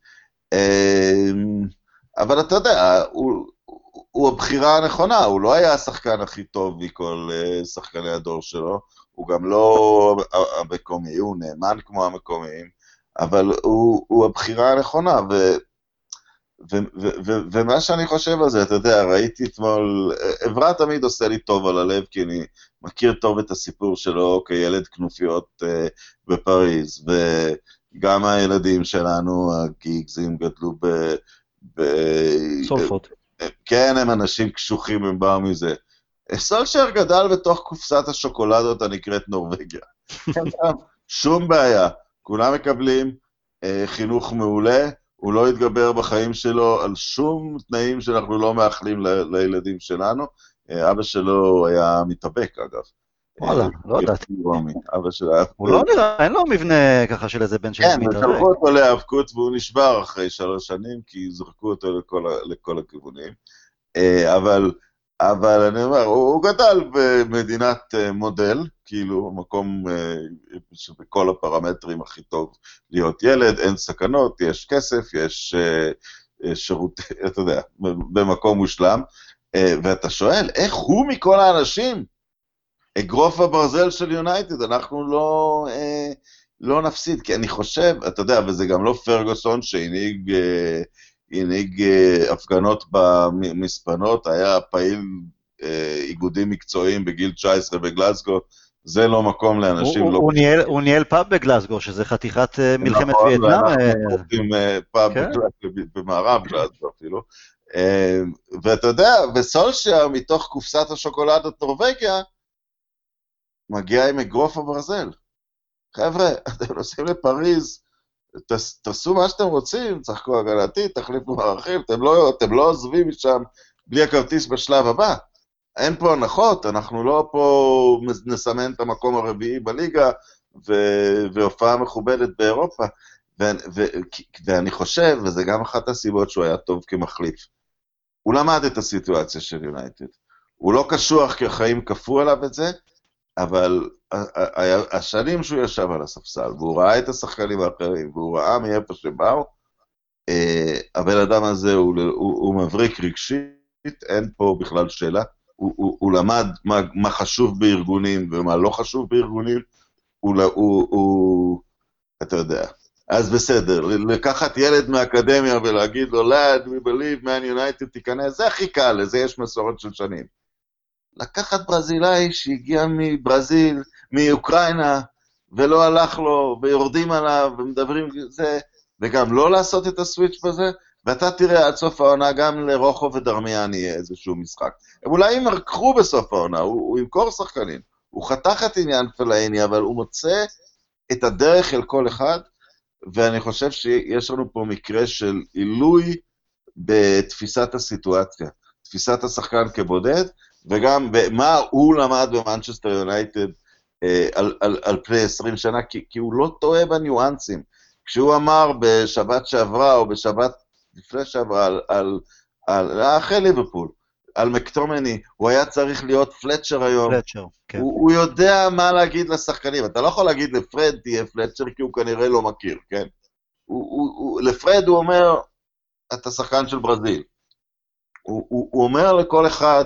אבל אתה יודע, הוא... הוא הבחירה הנכונה, הוא לא היה השחקן הכי טוב מכל uh, שחקני הדור שלו, הוא גם לא המקומי, הוא נאמן כמו המקומיים, אבל הוא, הוא הבחירה הנכונה, ו, ו, ו, ו, ומה שאני חושב על זה, אתה יודע, ראיתי אתמול, עברה תמיד עושה לי טוב על הלב, כי אני מכיר טוב את הסיפור שלו כילד כנופיות uh, בפריז, וגם הילדים שלנו, הגיגזים, גדלו ב... ב סולפות. כן, הם אנשים קשוחים, הם באו מזה. סולשר גדל בתוך קופסת השוקולדות הנקראת נורווגיה. שום בעיה. כולם מקבלים אה, חינוך מעולה, הוא לא יתגבר בחיים שלו על שום תנאים שאנחנו לא מאחלים ל- לילדים שלנו. אה, אבא שלו היה מתאבק, אגב. וואלה, אה, לא יודעת. אבא שלו היה... הוא לא נראה, אין לו מבנה ככה של איזה בן של מתאבק. כן, ושלחו אותו להאבקות והוא נשבר אחרי שלוש שנים, כי זרקו אותו לכל, לכל הכיוונים. אבל, אבל אני אומר, הוא, הוא גדל במדינת מודל, כאילו, מקום שבכל הפרמטרים הכי טוב להיות ילד, אין סכנות, יש כסף, יש שירות, אתה יודע, במקום מושלם, ואתה שואל, איך הוא מכל האנשים, אגרוף הברזל של יונייטד, אנחנו לא, לא נפסיד, כי אני חושב, אתה יודע, וזה גם לא פרגוסון שהנהיג... הנהיג הפגנות במספנות, היה פעיל איגודים מקצועיים בגיל תשע עשרה בגלסגו, זה לא מקום לאנשים הוא, לא... הוא, ניהל, הוא ניהל פאב בגלסגו, שזה חתיכת מלחמת וייטנאם. נכון, ואנחנו עובדים פאב במערב גלסגו אפילו. ואתה יודע, וסולשר מתוך קופסת השוקולדת נורווגיה, מגיע עם אגרוף הברזל. חבר'ה, אתם נוסעים לפריז, תעשו מה שאתם רוצים, צחקו הגנתי, תחליפו מערכים, אתם לא, אתם לא עוזבים משם בלי הכרטיס בשלב הבא. אין פה הנחות, אנחנו לא פה נסמן את המקום הרביעי בליגה, ו- והופעה מכובדת באירופה. ו- ו- ואני חושב, וזה גם אחת הסיבות שהוא היה טוב כמחליף, הוא למד את הסיטואציה של יונייטד. הוא לא קשוח כי החיים כפו עליו את זה, אבל השנים שהוא ישב על הספסל, והוא ראה את השחקנים האחרים, והוא ראה מאיפה שבאו, הבן אדם הזה הוא, הוא, הוא מבריק רגשית, אין פה בכלל שאלה, הוא, הוא, הוא למד מה, מה חשוב בארגונים ומה לא חשוב בארגונים, הוא, הוא, הוא אתה יודע, אז בסדר, לקחת ילד מהאקדמיה ולהגיד לו, lad, we believe, man united, תיכנס, זה הכי קל, לזה יש מסורת של שנים. לקחת ברזילאי שהגיע מברזיל, מאוקראינה, ולא הלך לו, ויורדים עליו, ומדברים זה, וגם לא לעשות את הסוויץ' בזה, ואתה תראה עד סוף העונה גם לרוחו ודרמיאן יהיה איזשהו משחק. הם אולי הם ירקחו בסוף העונה, הוא, הוא ימכור שחקנים, הוא חתך את עניין פלאיני, אבל הוא מוצא את הדרך אל כל אחד, ואני חושב שיש לנו פה מקרה של עילוי בתפיסת הסיטואציה, תפיסת השחקן כבודד, וגם מה הוא למד במנצ'סטר יונייטד אה, על, על, על פני עשרים שנה, כי, כי הוא לא טועה בניואנסים. כשהוא אמר בשבת שעברה, או בשבת לפני שעברה, על, על, על, אחרי ליברפול, על מקטומני, הוא היה צריך להיות פלצ'ר היום. פלצ'ר, כן. הוא, הוא יודע מה להגיד לשחקנים. אתה לא יכול להגיד לפרד תהיה פלצ'ר, כי הוא כנראה לא מכיר, כן? הוא, הוא, הוא, לפרד הוא אומר, אתה שחקן של ברזיל. הוא, הוא, הוא אומר לכל אחד,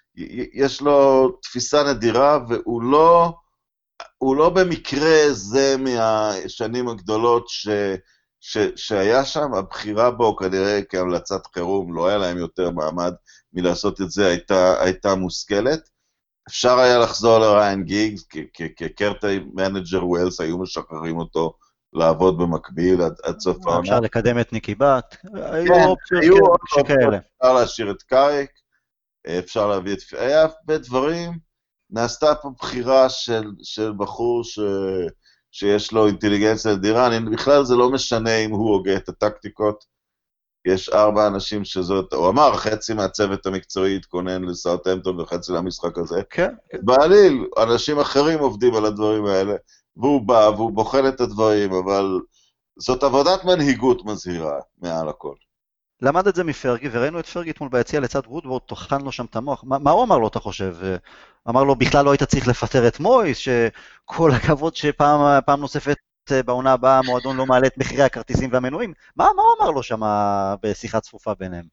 יש לו תפיסה נדירה, והוא לא, הוא לא במקרה זה מהשנים הגדולות ש, ש, שהיה שם, הבחירה בו כנראה כהמלצת חירום, לא היה להם יותר מעמד מלעשות את זה, הייתה, הייתה מושכלת. אפשר היה לחזור לריין גיגס, כקרטי מנג'ר ווילס, היו משחררים אותו לעבוד במקביל עד, עד סוף העונה. אפשר לקדם את ניקי בת, היו כן, אופציות היו שכאלה. אפשר להשאיר את קאריק, אפשר להביא את... היה הרבה דברים, נעשתה פה בחירה של, של בחור ש, שיש לו אינטליגנציה אדירה, בכלל זה לא משנה אם הוא הוגה את הטקטיקות, יש ארבע אנשים שזאת, הוא אמר, חצי מהצוות המקצועי התכונן לסאות'המפטון וחצי למשחק הזה. כן. בעליל, אנשים אחרים עובדים על הדברים האלה, והוא בא והוא בוחן את הדברים, אבל זאת עבודת מנהיגות מזהירה מעל הכל. למד את זה מפרגי, וראינו את פרגי אתמול ביציע לצד וודוורד, תוכן לו שם את המוח. מה, מה הוא אמר לו, אתה חושב? אמר לו, בכלל לא היית צריך לפטר את מויס, שכל הכבוד שפעם פעם נוספת בעונה הבאה המועדון לא מעלה את מחירי הכרטיסים והמנויים. מה, מה הוא אמר לו שם בשיחה צפופה ביניהם?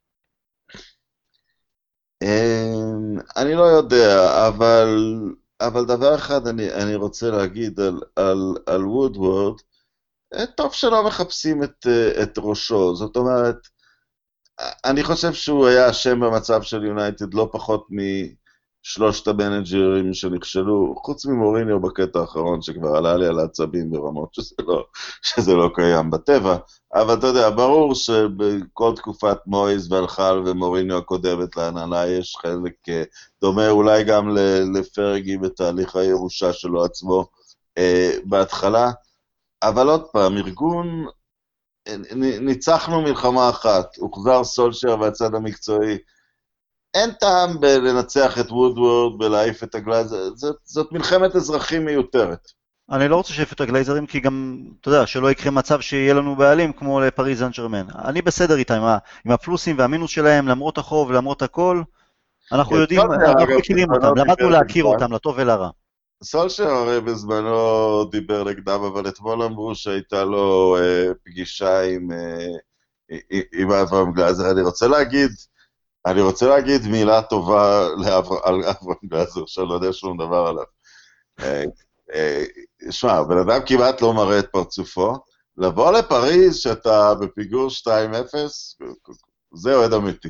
אני לא יודע, אבל, אבל דבר אחד אני, אני רוצה להגיד על, על, על וודוורד, טוב שלא מחפשים את, את ראשו, זאת אומרת, אני חושב שהוא היה אשם במצב של יונייטד לא פחות משלושת המנג'רים שנכשלו, חוץ ממוריניו בקטע האחרון שכבר עלה לי על העצבים ברמות שזה לא, שזה לא קיים בטבע, אבל אתה יודע, ברור שבכל תקופת מויז והלחל ומוריניו הקודמת להנהלה יש חלק דומה אולי גם לפרגי בתהליך הירושה שלו עצמו אה, בהתחלה, אבל עוד פעם, ארגון, ניצחנו מלחמה אחת, הוחזר סולשר והצד המקצועי, אין טעם בלנצח את וודוורד, בלהעיף את הגלייזר, זאת, זאת מלחמת אזרחים מיותרת. אני לא רוצה שיעיף את הגלייזרים, כי גם, אתה יודע, שלא יקרה מצב שיהיה לנו בעלים כמו לפריז סן ז'רמן. אני בסדר איתה עם, עם הפלוסים והמינוס שלהם, למרות החוב, למרות הכל, אנחנו יודעים, אנחנו מכירים אותם, למדנו להכיר אותם, לטוב ולרע. סולשר הרי בזמנו דיבר נגדם, אבל אתמול אמרו שהייתה לו אה, פגישה עם, אה, עם אברהם גלייזר. אני רוצה להגיד, אני רוצה להגיד מילה טובה לאבר, על אברהם גלייזר, שאני לא יודע שום דבר עליו. אה, אה, שמע, בן אדם כמעט לא מראה את פרצופו, לבוא לפריז שאתה בפיגור שתיים אפס, זה אוהד אמיתי.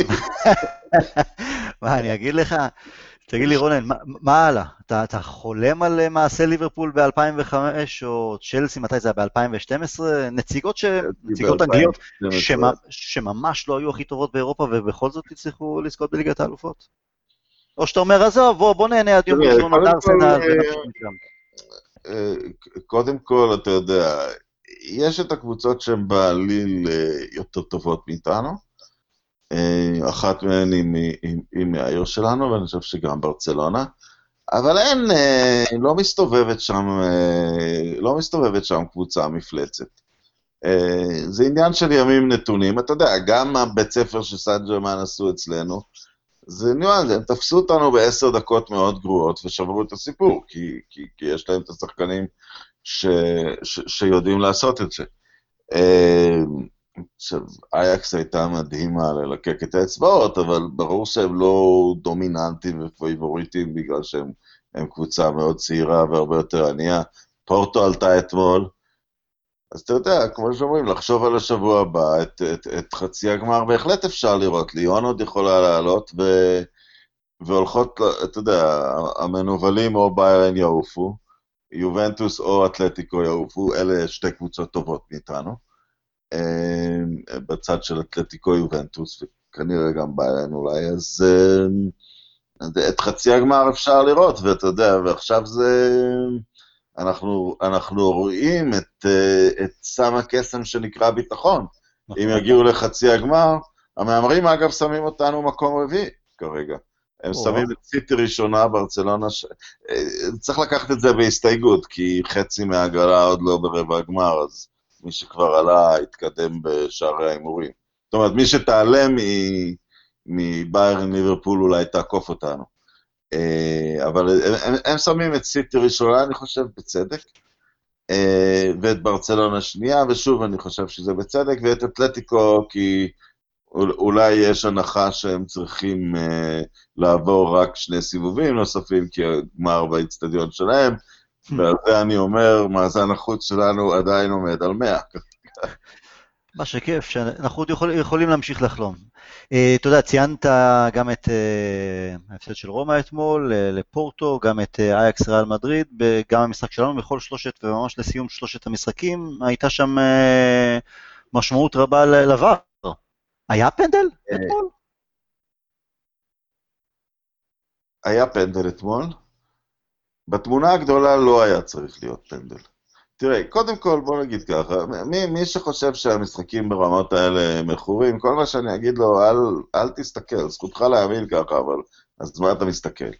מה, אני אגיד לך, תגיד לי רונן, מה, מה הלאה? אתה, אתה חולם על מעשה ליברפול ב-אלפיים וחמש, או צ'לסי, מתי זה היה? ב-אלפיים ושתים עשרה? נציגות, ש... נציגות אנגליות שמ... שממש לא היו הכי טובות באירופה, ובכל זאת הצליחו לזכות בליגת האלופות? או שאתה אומר, עזוב, בוא, בוא נהנה עד יום ראשון, עד ארסנל, ונמשיך משם. קודם כל, אתה יודע, יש את הקבוצות שהן בעליל יותר טובות מאיתנו, אחת מהן היא מהעיר שלנו, ואני חושב שגם ברצלונה, אבל אין, לא מסתובבת שם, לא מסתובבת שם קבוצה מפלצת. זה עניין של ימים נתונים, אתה יודע, גם הבית ספר שסן ג'רמן עשו אצלנו, זה ניואנס, הם תפסו אותנו בעשר דקות מאוד גרועות ושברו את הסיפור, כי, כי, כי יש להם את השחקנים ש, ש, שיודעים לעשות את זה. עכשיו, אייקס הייתה מדהימה ללקק את האצבעות, אבל ברור שהם לא דומיננטים ופייבוריטים, בגלל שהם קבוצה מאוד צעירה והרבה יותר ענייה. פורטו עלתה אתמול, אז אתה יודע, כמו שאומרים, לחשוב על השבוע הבא, את, את, את חצי הגמר בהחלט אפשר לראות, ליון עוד יכולה לעלות, ו, והולכות, אתה יודע, המנובלים או ביירן יעופו, יובנטוס או אתלטיקו יעופו, אלה שתי קבוצות טובות מאיתנו, בצד של אתלטיקו יובנטוס, וכנראה גם ביירן אולי, אז את חצי הגמר אפשר לראות, ואתה יודע, ועכשיו זה... אנחנו, אנחנו רואים את, את סם הקסם שנקרא ביטחון. נכון. אם יגיעו לחצי הגמר, המאמרים אגב שמים אותנו מקום רביעי כרגע. הם או. שמים את סיטי ראשונה, ברצלונה, ש... צריך לקחת את זה בהסתייגות, כי חצי מהגרלה עוד לא ברבע הגמר, אז מי שכבר עלה התקדם בשערי האימורים. זאת אומרת, מי שתעלם מביירן ליברפול אולי תעקוף אותנו. אבל הם, הם שמים את סיטי ראשונה, אני חושב, בצדק, ואת ברצלונה שנייה, ושוב אני חושב שזה בצדק, ואת אתלטיקו, כי אולי יש הנחה שהם צריכים לעבור רק שני סיבובים נוספים, כי הגמר באצטדיון שלהם, ועל זה אני אומר, מאזן החוץ שלנו עדיין עומד על מאה. מה שכיף, שאנחנו יכול, יכולים להמשיך לחלום. Uh, אתה יודע, ציינת גם את uh, ההפסד של רומא אתמול, uh, לפורטו, גם את uh, אייקס ריאל מדריד, גם המשחק שלנו בכל שלושת, וממש לסיום שלושת המשחקים, הייתה שם uh, משמעות רבה לבר. היה פנדל אתמול? היה פנדל אתמול. בתמונה הגדולה לא היה צריך להיות פנדל. תראה, קודם כל בוא נגיד ככה, מי, מי שחושב שהמשחקים ברמות האלה מכורים, כל מה שאני אגיד לו, אל, אל תסתכל, זכותך להאמין ככה, אבל אז מה אתה מסתכל?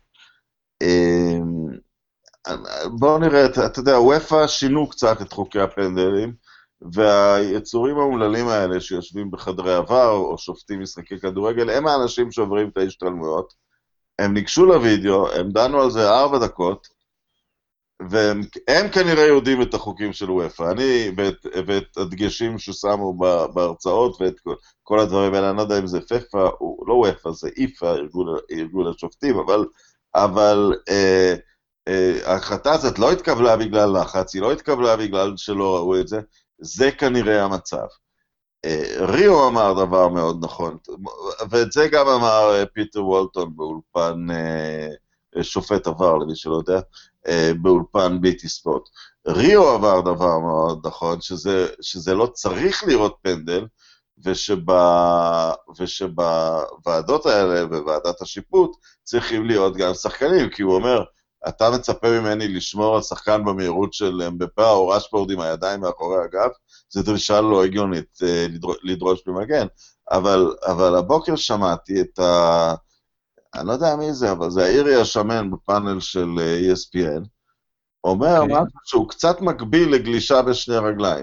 בואו נראה, אתה, אתה יודע, וופא שינו קצת את חוקי הפנדלים, והיצורים האומללים האלה שיושבים בחדרי עבר, או שופטים משחקי כדורגל, הם האנשים שעוברים את ההשתלמויות, הם ניגשו לוידאו, הם דנו על זה ארבע דקות, והם כנראה יודעים את החוקים של וופא, אני ואת, ואת הדגשים ששמו בהרצאות ואת כל הדברים האלה, אני לא יודע אם זה פפה, לא וופא, זה איפה, ארגון, ארגון השופטים, אבל, אבל אה, אה, ההחלטה הזאת לא התקבלה בגלל לחץ, היא לא התקבלה בגלל שלא ראו את זה, זה כנראה המצב. אה, ריו אמר דבר מאוד נכון, ואת זה גם אמר פיטר וולטון באולפן אה, שופט עבר, למי שלא יודע, באולפן ביטי ספורט. ריו עבר דבר מאוד נכון, שזה, שזה לא צריך לראות פנדל, ושבא, ושבוועדות האלה, בוועדת השיפוט, צריכים להיות גם שחקנים, כי הוא אומר, אתה מצפה ממני לשמור על שחקן במהירות של אמבפה או רשפורד עם הידיים מאחורי הגב, זו דרישה לא הגיונית לדרוש במגן, אבל, אבל הבוקר שמעתי את ה... אני לא יודע מי זה, אבל זה האירי השמן בפאנל של E S P N, אומר okay. משהו שהוא קצת מקביל לגלישה בשני רגליים.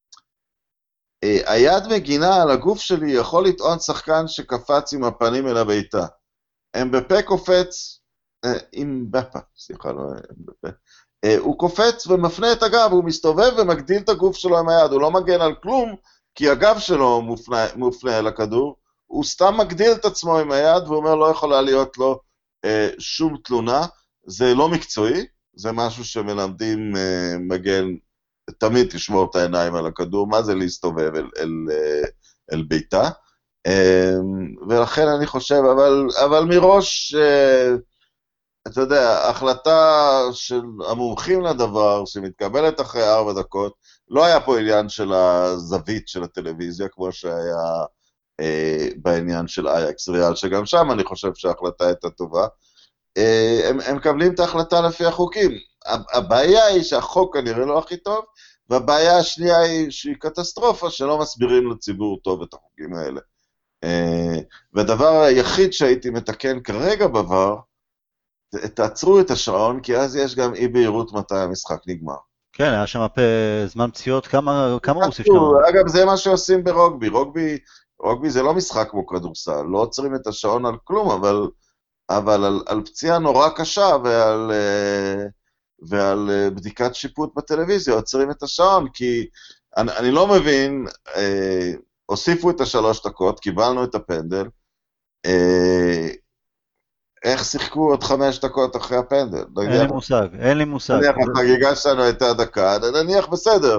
היד מגינה על הגוף שלי יכול לטעון שחקן שקפץ עם הפנים אל הביתה. אמבפה קופץ, עם בפה, סליחה, לא אמבפה, הוא קופץ ומפנה את הגב, הוא מסתובב ומגדיל את הגוף שלו עם היד, הוא לא מגן על כלום, כי הגב שלו מופנה, מופנה אל הכדור, הוא סתם מגדיל את עצמו עם היד, והוא אומר לא יכולה להיות לו אה, שום תלונה, זה לא מקצועי, זה משהו שמלמדים אה, מגן, תמיד תשמור את העיניים על הכדור, מה זה להסתובב אל, אל, אל, אל ביתה, אה, ולכן אני חושב, אבל, אבל מראש, אה, אתה יודע, החלטה של המומחים לדבר, שמתקבלת אחרי ארבע דקות, לא היה פה עניין של הזווית של הטלוויזיה, כמו שהיה... בעניין של אייקס ריאל, שגם שם אני חושב שההחלטה הייתה טובה, הם, הם מקבלים את ההחלטה לפי החוקים. הבעיה היא שהחוק כנראה לא הכי טוב, והבעיה השנייה היא שהיא קטסטרופה, שלא מסבירים לציבור טוב את החוקים האלה. והדבר היחיד שהייתי מתקן כרגע בעבר, תעצרו את השעון, כי אז יש גם אי בהירות מתי המשחק נגמר. כן, היה שם זמן פציעות, כמה, כמה הוא הוסיף שם? אגב, זה מה שעושים ברוגבי, רוגבי, רוגבי זה לא משחק כמו כדורסל, לא עוצרים את השעון על כלום, אבל, אבל על, על פציעה נורא קשה ועל, ועל בדיקת שיפוט בטלוויזיה, עוצרים את השעון, כי אני, אני לא מבין, אה, הוסיפו את השלוש דקות, קיבלנו את הפנדל, אה, איך שיחקו עוד חמש דקות אחרי הפנדל? אין לי מושג, אין לי מושג. נניח, החגיגה שלנו הייתה דקה, נניח בסדר,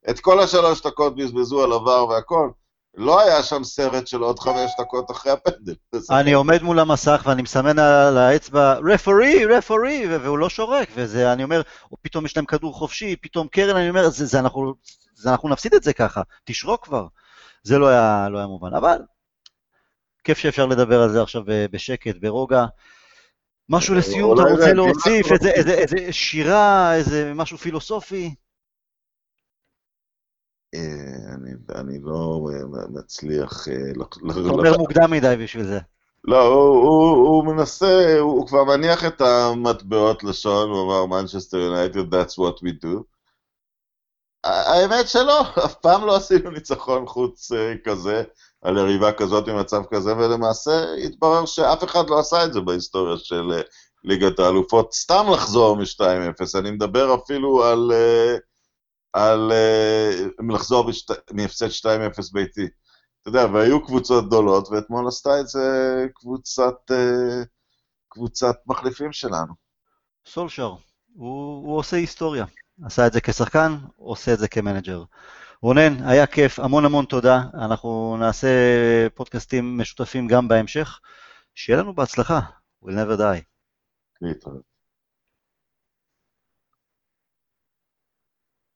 את כל השלוש דקות בזבזו על עבר והכל, לא היה שם סרט של עוד חמש דקות אחרי הפנדל. אני עומד מול המסך ואני מסמן על האצבע, רפורי, רפורי, והוא לא שורק, וזה, אני אומר, או פתאום יש להם כדור חופשי, פתאום קרן, אני אומר, זה, זה אנחנו, זה אנחנו נפסיד את זה ככה, תשרוק כבר. זה לא היה, לא היה מובן, אבל כיף שאפשר לדבר על זה עכשיו בשקט, ברוגע. משהו לסיום, אתה רוצה להוסיף, איזה, איזה, איזה שירה, איזה משהו פילוסופי? אני, אני לא מצליח... אתה אומר מוקדם מדי בשביל זה. לא, הוא, הוא, הוא מנסה, הוא, הוא כבר מניח את המטבעות לשון, הוא אמר, Manchester United, that's what we do. האמת שלא, אף פעם לא עשינו ניצחון חוץ כזה, על יריבה כזאת במצב כזה, ולמעשה התברר שאף אחד לא עשה את זה בהיסטוריה של ליגת האלופות, סתם לחזור מ-שתיים אפס, אני מדבר אפילו על, על לחזור מהפסד שתיים אפס ביתי. אתה יודע, והיו קבוצות גדולות, ואתמול עשתה את זה קבוצת, קבוצת מחליפים שלנו. סולשר, הוא, הוא עושה היסטוריה. עשה את זה כשחקן, עושה את זה כמנג'ר. רונן, היה כיף, המון המון תודה. אנחנו נעשה פודקאסטים משותפים גם בהמשך. שיהיה לנו בהצלחה. We'll never die. להתראות.